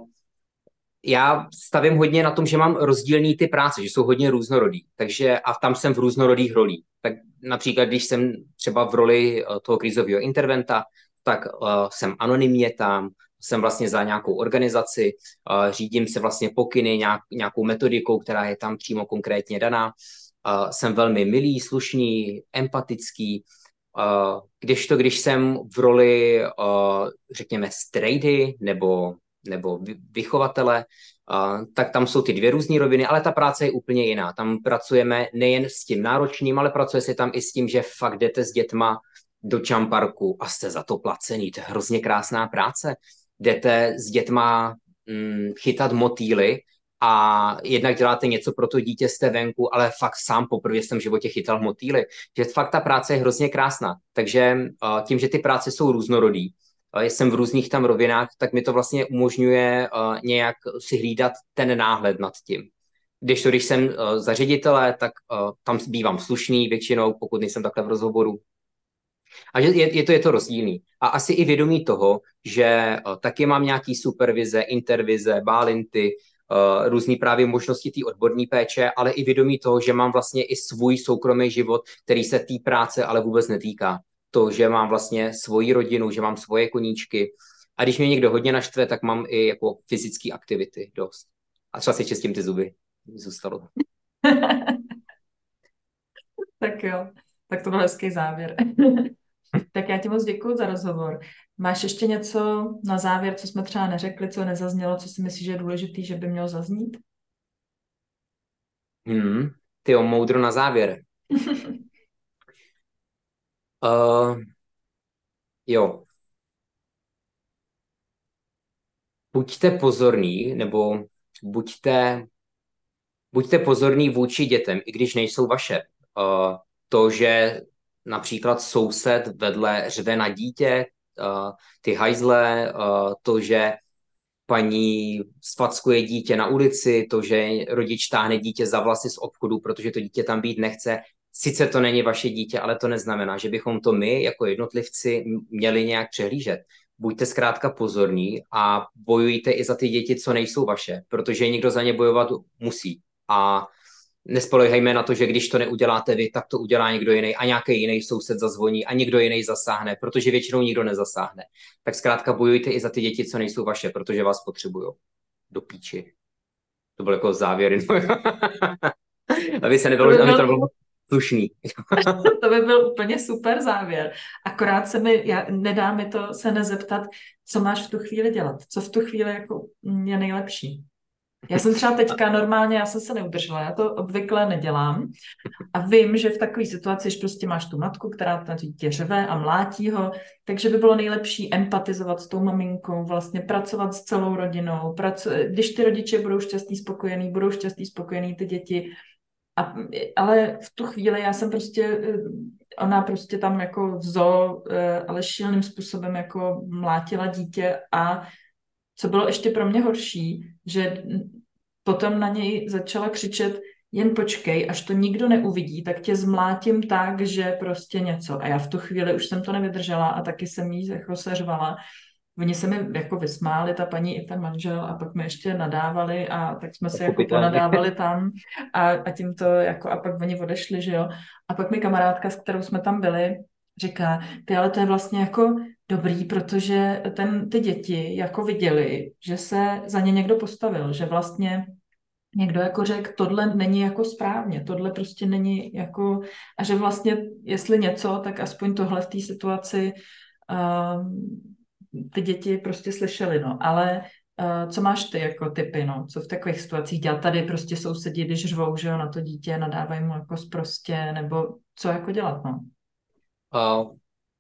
já stavím hodně na tom, že mám rozdílný ty práce, že jsou hodně různorodý, takže a tam jsem v různorodých rolích. Tak například, když jsem třeba v roli toho krizového interventa, tak uh, jsem anonymně tam, jsem vlastně za nějakou organizaci, uh, řídím se vlastně pokyny, nějak, nějakou metodikou, která je tam přímo konkrétně daná. Uh, jsem velmi milý, slušný, empatický. Uh, kdežto, když jsem v roli, uh, řekněme, strejdy nebo nebo vychovatele, tak tam jsou ty dvě různé roviny, ale ta práce je úplně jiná. Tam pracujeme nejen s tím náročným, ale pracuje se tam i s tím, že fakt jdete s dětma do čamparku a jste za to placený. To je hrozně krásná práce. Jdete s dětma hm, chytat motýly a jednak děláte něco pro to dítě, jste venku, ale fakt sám poprvé jsem v životě chytal motýly. Že fakt ta práce je hrozně krásná. Takže tím, že ty práce jsou různorodý, jsem v různých tam rovinách, tak mi to vlastně umožňuje uh, nějak si hlídat ten náhled nad tím. Když to, když jsem uh, za ředitele, tak uh, tam bývám slušný většinou, pokud nejsem takhle v rozhovoru. A že je, je, to, je to rozdílný. A asi i vědomí toho, že uh, taky mám nějaký supervize, intervize, bálinty, uh, různý právě možnosti té odborné péče, ale i vědomí toho, že mám vlastně i svůj soukromý život, který se té práce ale vůbec netýká. To, že mám vlastně svoji rodinu, že mám svoje koníčky. A když mě někdo hodně naštve, tak mám i jako fyzické aktivity dost. A třeba si čistím ty zuby. Zůstalo. Tak jo, tak to byl hezký závěr. Tak já ti moc děkuji za rozhovor. Máš ještě něco na závěr, co jsme třeba neřekli, co nezaznělo, co si myslíš, že je důležitý, že by mělo zaznít? Hmm, tyjo, moudro na závěr. uh, jo. Buďte pozorní, nebo buďte, buďte pozorní vůči dětem, i když nejsou vaše. Uh, to, že například soused vedle řve na dítě, uh, ty hajzle, uh, to, že paní sfackuje dítě na ulici, to, že rodič táhne dítě za vlasy z obchodu, protože to dítě tam být nechce. Sice to není vaše dítě, ale to neznamená, že bychom to my jako jednotlivci měli nějak přehlížet. Buďte zkrátka pozorní a bojujte i za ty děti, co nejsou vaše, protože někdo za ně bojovat musí. A nespolehejme na to, že když to neuděláte vy, tak to udělá někdo jiný a nějaký jiný soused zazvoní a někdo jiný zasáhne, protože většinou nikdo nezasáhne. Tak zkrátka bojujte i za ty děti, co nejsou vaše, protože vás potřebují. Do píči. To byl jako závěr. Aby se nebylo, aby to nebylo slušný. To by byl úplně super závěr. Akorát se mi, já, nedá mi to se nezeptat, co máš v tu chvíli dělat. Co v tu chvíli jako je nejlepší. Já jsem třeba teďka normálně, já jsem se neudržela, já to obvykle nedělám a vím, že v takové situaci, že prostě máš tu matku, která na dítě řve a mlátí ho, takže by bylo nejlepší empatizovat s tou maminkou, vlastně pracovat s celou rodinou, pracu- když ty rodiče budou šťastní, spokojení, budou šťastní, spokojení ty děti. A, ale v tu chvíli já jsem prostě, ona prostě tam jako v zoo, ale šíleným způsobem jako mlátila dítě a co bylo ještě pro mě horší, že potom na něj začala křičet, jen počkej, až to nikdo neuvidí, tak tě zmlátím tak, že prostě něco. A já v tu chvíli už jsem to nevydržela a taky jsem jí jako seřvala. Oni se mi jako vysmáli, ta paní i ten manžel, a pak mi ještě nadávali a tak jsme se jako ponadávali tam a, a tím to jako, a pak oni odešli, že jo. A pak mi kamarádka, s kterou jsme tam byli, říká, ty, ale to je vlastně jako dobrý, protože ten, ty děti jako viděli, že se za ně někdo postavil, že vlastně někdo jako řekl, tohle není jako správně, tohle prostě není jako, a že vlastně, jestli něco, tak aspoň tohle v té situaci um, ty děti prostě slyšeli, no, ale uh, co máš ty jako typy, no, co v takových situacích dělat? Tady prostě sousedí, když řvou, že jo, na to dítě, nadávají mu jako sprostě, nebo co jako dělat, no? Uh,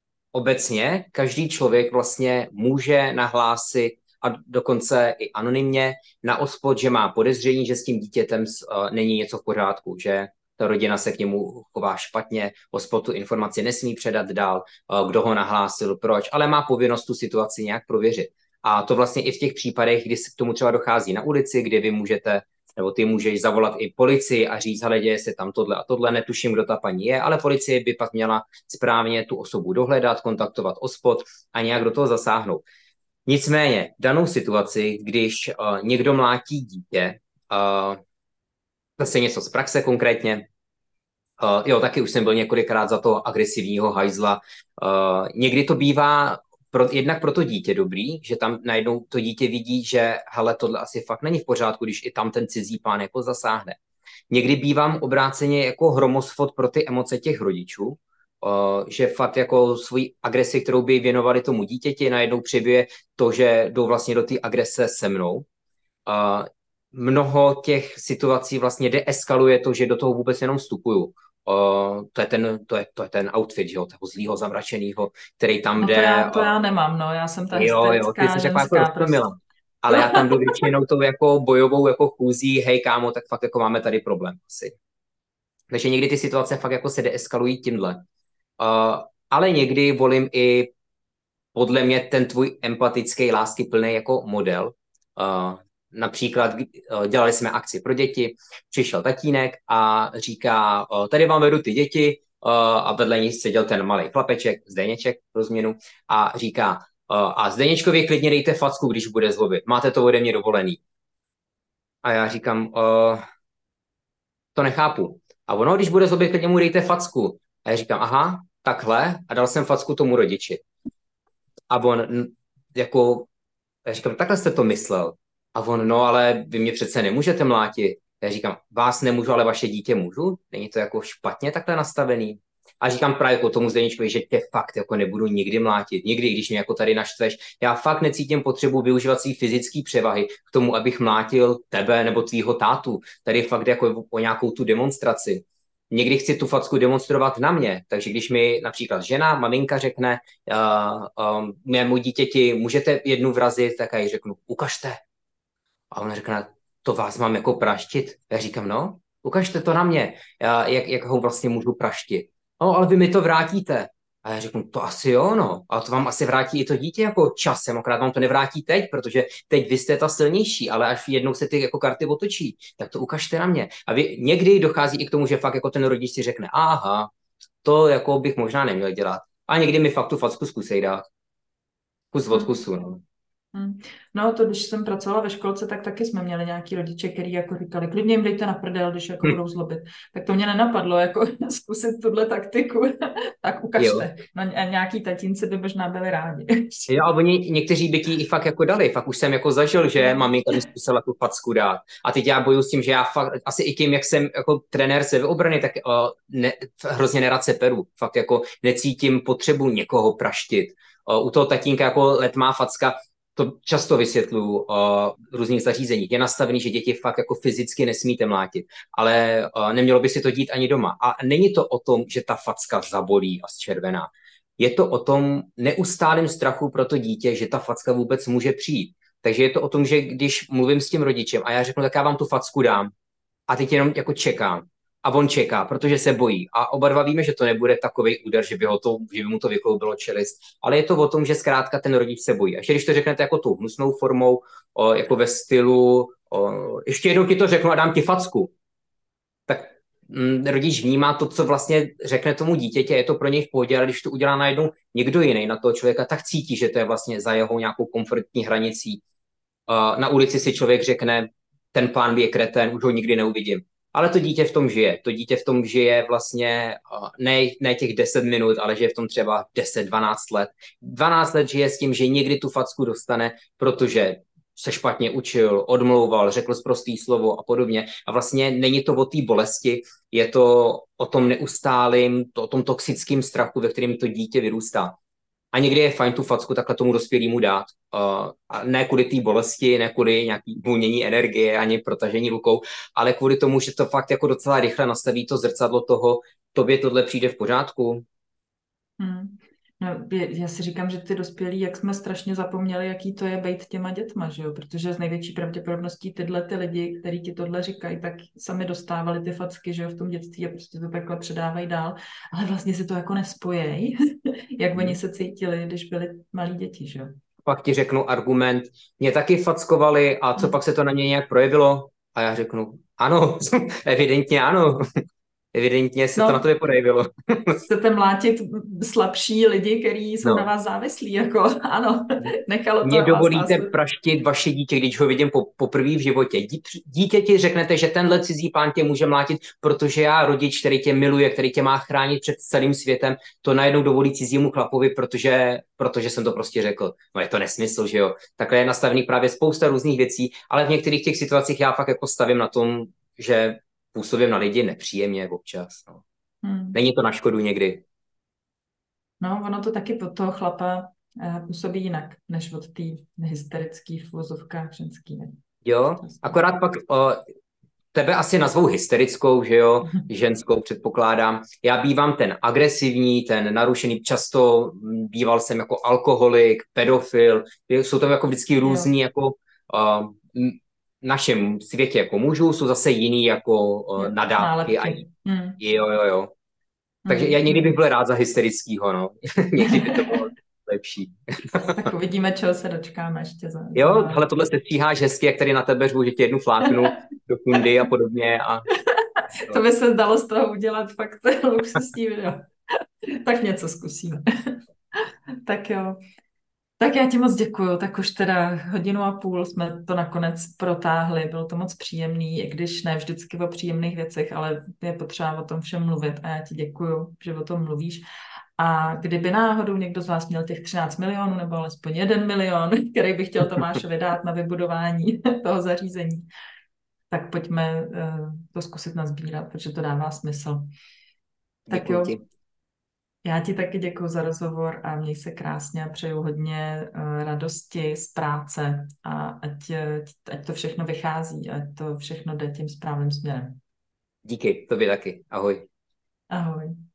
obecně každý člověk vlastně může nahlásit a dokonce i anonymně na OSPOD, že má podezření, že s tím dítětem uh, není něco v pořádku, že ta rodina se k němu chová špatně, OSPOD tu informaci nesmí předat dál, uh, kdo ho nahlásil, proč, ale má povinnost tu situaci nějak prověřit. A to vlastně i v těch případech, kdy k tomu třeba dochází na ulici, kdy vy můžete, nebo ty můžeš zavolat i policii a říct, hele, děje se tam tohle a tohle, netuším, kdo ta paní je, ale policie by pak měla správně tu osobu dohledat, kontaktovat OSPOD a nějak do toho zasáhnout. Nicméně, danou situaci, když uh, někdo mlátí dítě, uh, zase něco z praxe konkrétně, uh, jo, taky už jsem byl několikrát za toho agresivního hajzla. Uh, někdy to bývá pro, jednak pro to dítě dobrý, že tam najednou to dítě vidí, že hele, tohle asi fakt není v pořádku, když i tam ten cizí pán jako zasáhne. Někdy bývám obráceně jako hromosvod pro ty emoce těch rodičů, uh, že fakt jako svoji agresi, kterou by věnovali tomu dítěti, najednou přibije to, že jdou vlastně do té agrese se mnou. Uh, mnoho těch situací vlastně deeskaluje to, že do toho vůbec jenom vstupuju. Uh, to, je ten, to, je, to je ten outfit, jo, toho zlýho, zamračenýho, který tam No to jde. já, to já nemám, no, já jsem ta Jo, jo, ty hysterická jsi taková jako ženská roztomilá. prostě. Ale já tam jdu většinou tou jako bojovou jako chůzí, hej kámo, tak fakt jako máme tady problém asi. Takže někdy ty situace fakt jako se deeskalují tímhle. Uh, ale někdy volím i podle mě ten tvůj empatický, láskyplný jako model. Uh, například uh, dělali jsme akci pro děti, přišel tatínek a říká, uh, tady vám vedu ty děti, uh, a vedle ní seděl ten malý chlapeček, Zdeněček pro změnu, a říká, uh, a Zdeněčkovi klidně dejte facku, když bude zlobit, máte to ode mě dovolený. A já říkám, uh, to nechápu. A ono, když bude zlobit, klidně mu dejte facku. A já říkám, aha, takhle, a dal jsem facku tomu rodiči. A on jako, já říkám, takhle jste to myslel. A on, no ale vy mě přece nemůžete mlátit. Já říkám, vás nemůžu, ale vaše dítě můžu? Není to jako špatně takhle nastavený? A říkám právě jako tomu Zdeníčkovi, že tě fakt jako nebudu nikdy mlátit. Nikdy, když mě jako tady naštveš. Já fakt necítím potřebu využívat svý fyzické převahy k tomu, abych mlátil tebe nebo tvýho tátu. Tady fakt jako o nějakou tu demonstraci. Někdy chci tu facku demonstrovat na mě, takže když mi například žena, maminka řekne uh, um, mému dítěti, můžete jednu vrazit, tak já jí řeknu, ukažte. A ona řekne, to vás mám jako praštit? Já říkám, no, ukažte to na mě, já, jak, jak ho vlastně můžu praštit. No, ale vy mi to vrátíte. A já řeknu, to asi jo, no, ale to vám asi vrátí i to dítě jako časem, akorát vám to nevrátí teď, protože teď vy jste ta silnější, ale až jednou se ty jako karty otočí, tak to ukažte na mě. A vy, někdy dochází i k tomu, že fakt jako ten rodič si řekne, aha, to jako bych možná neměl dělat. A někdy mi fakt tu facku zkusej dát. Kus od kusu, no. Hmm. No to, když jsem pracovala ve školce, tak taky jsme měli nějaký rodiče, který jako říkali, klidně jim dejte na prdel, když jako Hm. budou zlobit. Tak to mě nenapadlo, jako zkusit tuhle taktiku. Tak ukažte. Jo. No a nějaký tatínci by možná byli rádi. Jo, a oni, někteří by ti i fakt jako dali. Fakt už jsem jako zažil, že maminka mi zkusila tu facku dát. A teď já bojuju s tím, že já fakt, asi i tím, jak jsem jako trenér sebeobrany, tak uh, ne, hrozně nerad se peru. Fakt jako necítím potřebu někoho praštit. Uh, u toho tatínka jako letmá facka, to často vysvětluju uh, v různých zařízeních. Je nastavený, že děti fakt jako fyzicky nesmíte mlátit, ale uh, nemělo by si to dít ani doma. A není to o tom, že ta facka zabolí a zčervená. Je to o tom neustálém strachu pro to dítě, že ta facka vůbec může přijít. Takže je to o tom, že když mluvím s tím rodičem a já řeknu, tak já vám tu facku dám a teď jenom jako čekám. A on čeká, protože se bojí. A oba dva víme, že to nebude takový úder, že by, ho to, že by mu to vykloubilo čelist. Ale je to o tom, že zkrátka ten rodič se bojí. A když to řeknete jako tou hnusnou formou, o, jako ve stylu, o, ještě jednou ti to řeknu a dám ti facku, tak rodič vnímá to, co vlastně řekne tomu dítěti, je to pro něj v pohodě, ale když to udělá najednou někdo jiný na toho člověka, tak cítí, že to je vlastně za jeho nějakou komfortní hranicí. Na ulici si člověk řekne, ten pán je kretén, už ho nikdy neuvidím. Ale to dítě v tom žije. To dítě v tom žije vlastně ne, ne těch deset minut, ale žije v tom třeba deset dvanáct let. dvanáct let žije s tím, že někdy tu facku dostane, protože se špatně učil, odmlouval, řekl sprostý slovo a podobně. A vlastně není to o té bolesti, je to o tom neustálým, to, o tom toxickém strachu, ve kterém to dítě vyrůstá. A někdy je fajn tu facku takhle tomu dospělému dát. Uh, a ne kvůli té bolesti, ne kvůli nějaký volnění energie, ani protažení rukou, ale kvůli tomu, že to fakt jako docela rychle nastaví to zrcadlo toho, tobě tohle přijde v pořádku. Hmm. No, já si říkám, že ty dospělí, jak jsme strašně zapomněli, jaký to je být těma dětma, že jo? Protože z největší pravděpodobností tyhle ty lidi, kteří ti tohle říkají, tak sami dostávali ty facky, že jo, v tom dětství a prostě to takhle předávají dál, ale vlastně si to jako nespojejí, jak hmm. oni se cítili, když byli malí děti, že jo? Pak ti řeknu argument, mě taky fackovali a co hmm. pak se to na mě nějak projevilo? A já řeknu, ano, evidentně ano. Evidentně se no, to na to projevilo. Chcete mlátit slabší lidi, kteří jsou no. na vás závislí, jako ano, nechalo to. Mně dovolíte praštit vaše dítě, když ho vidím po, poprvé v životě. Dítě ti řeknete, že tenhle cizí pán tě může mlátit, protože já, rodič, který tě miluje, který tě má chránit před celým světem, to najednou dovolí cizímu chlapovi, protože, protože jsem to prostě řekl. No je to nesmysl, že jo. Takhle je nastavený právě spousta různých věcí, ale v některých těch situacích já fakt jako stavím na tom, že působím na lidi nepříjemně občas. No. Hmm. Není to na škodu někdy. No, ono to taky od toho chlapa uh, působí jinak, než od té hysterické v uvozovkách ženský. Ne? Jo, Často. akorát pak o, tebe asi nazvou hysterickou, že jo, ženskou předpokládám. Já bývám ten agresivní, ten narušený, často býval jsem jako alkoholik, pedofil, jsou tam jako vždycky různý, Jo. jako uh, v našem světě jako mužů, jsou zase jiný jako uh, Jo, nadávky a nálepky. Hmm. jo, jo, jo. Takže já Hmm. někdy bych Hmm. byl rád za hysterickýho, no. Někdy by to bylo lepší. Tak uvidíme, čeho se dočkáme ještě za, za Jo, pár. hele, tohle se stříháš hezky, jak tady na tebe řvu, že tě jednu fláknu do kundy a podobně. A, To no. by se dalo z toho udělat fakt luxusní video. Tak něco zkusíme. Tak jo. Tak já ti moc děkuju, tak už teda hodinu a půl jsme to nakonec protáhli, bylo to moc příjemný, i když ne vždycky o příjemných věcech, ale je potřeba o tom všem mluvit a já ti děkuju, že o tom mluvíš. A kdyby náhodou někdo z vás měl těch třináct milionů nebo alespoň jeden milion, který by chtěl Tomášovi dát na vybudování toho zařízení, tak pojďme uh, to zkusit nazbírat, protože to dává smysl. Tak Děkuji jo. ti. Já ti taky děkuji za rozhovor a měj se krásně a přeju hodně uh, radosti z práce a ať, ať to všechno vychází, ať to všechno jde tím správným směrem. Díky, tobě taky. Ahoj. Ahoj.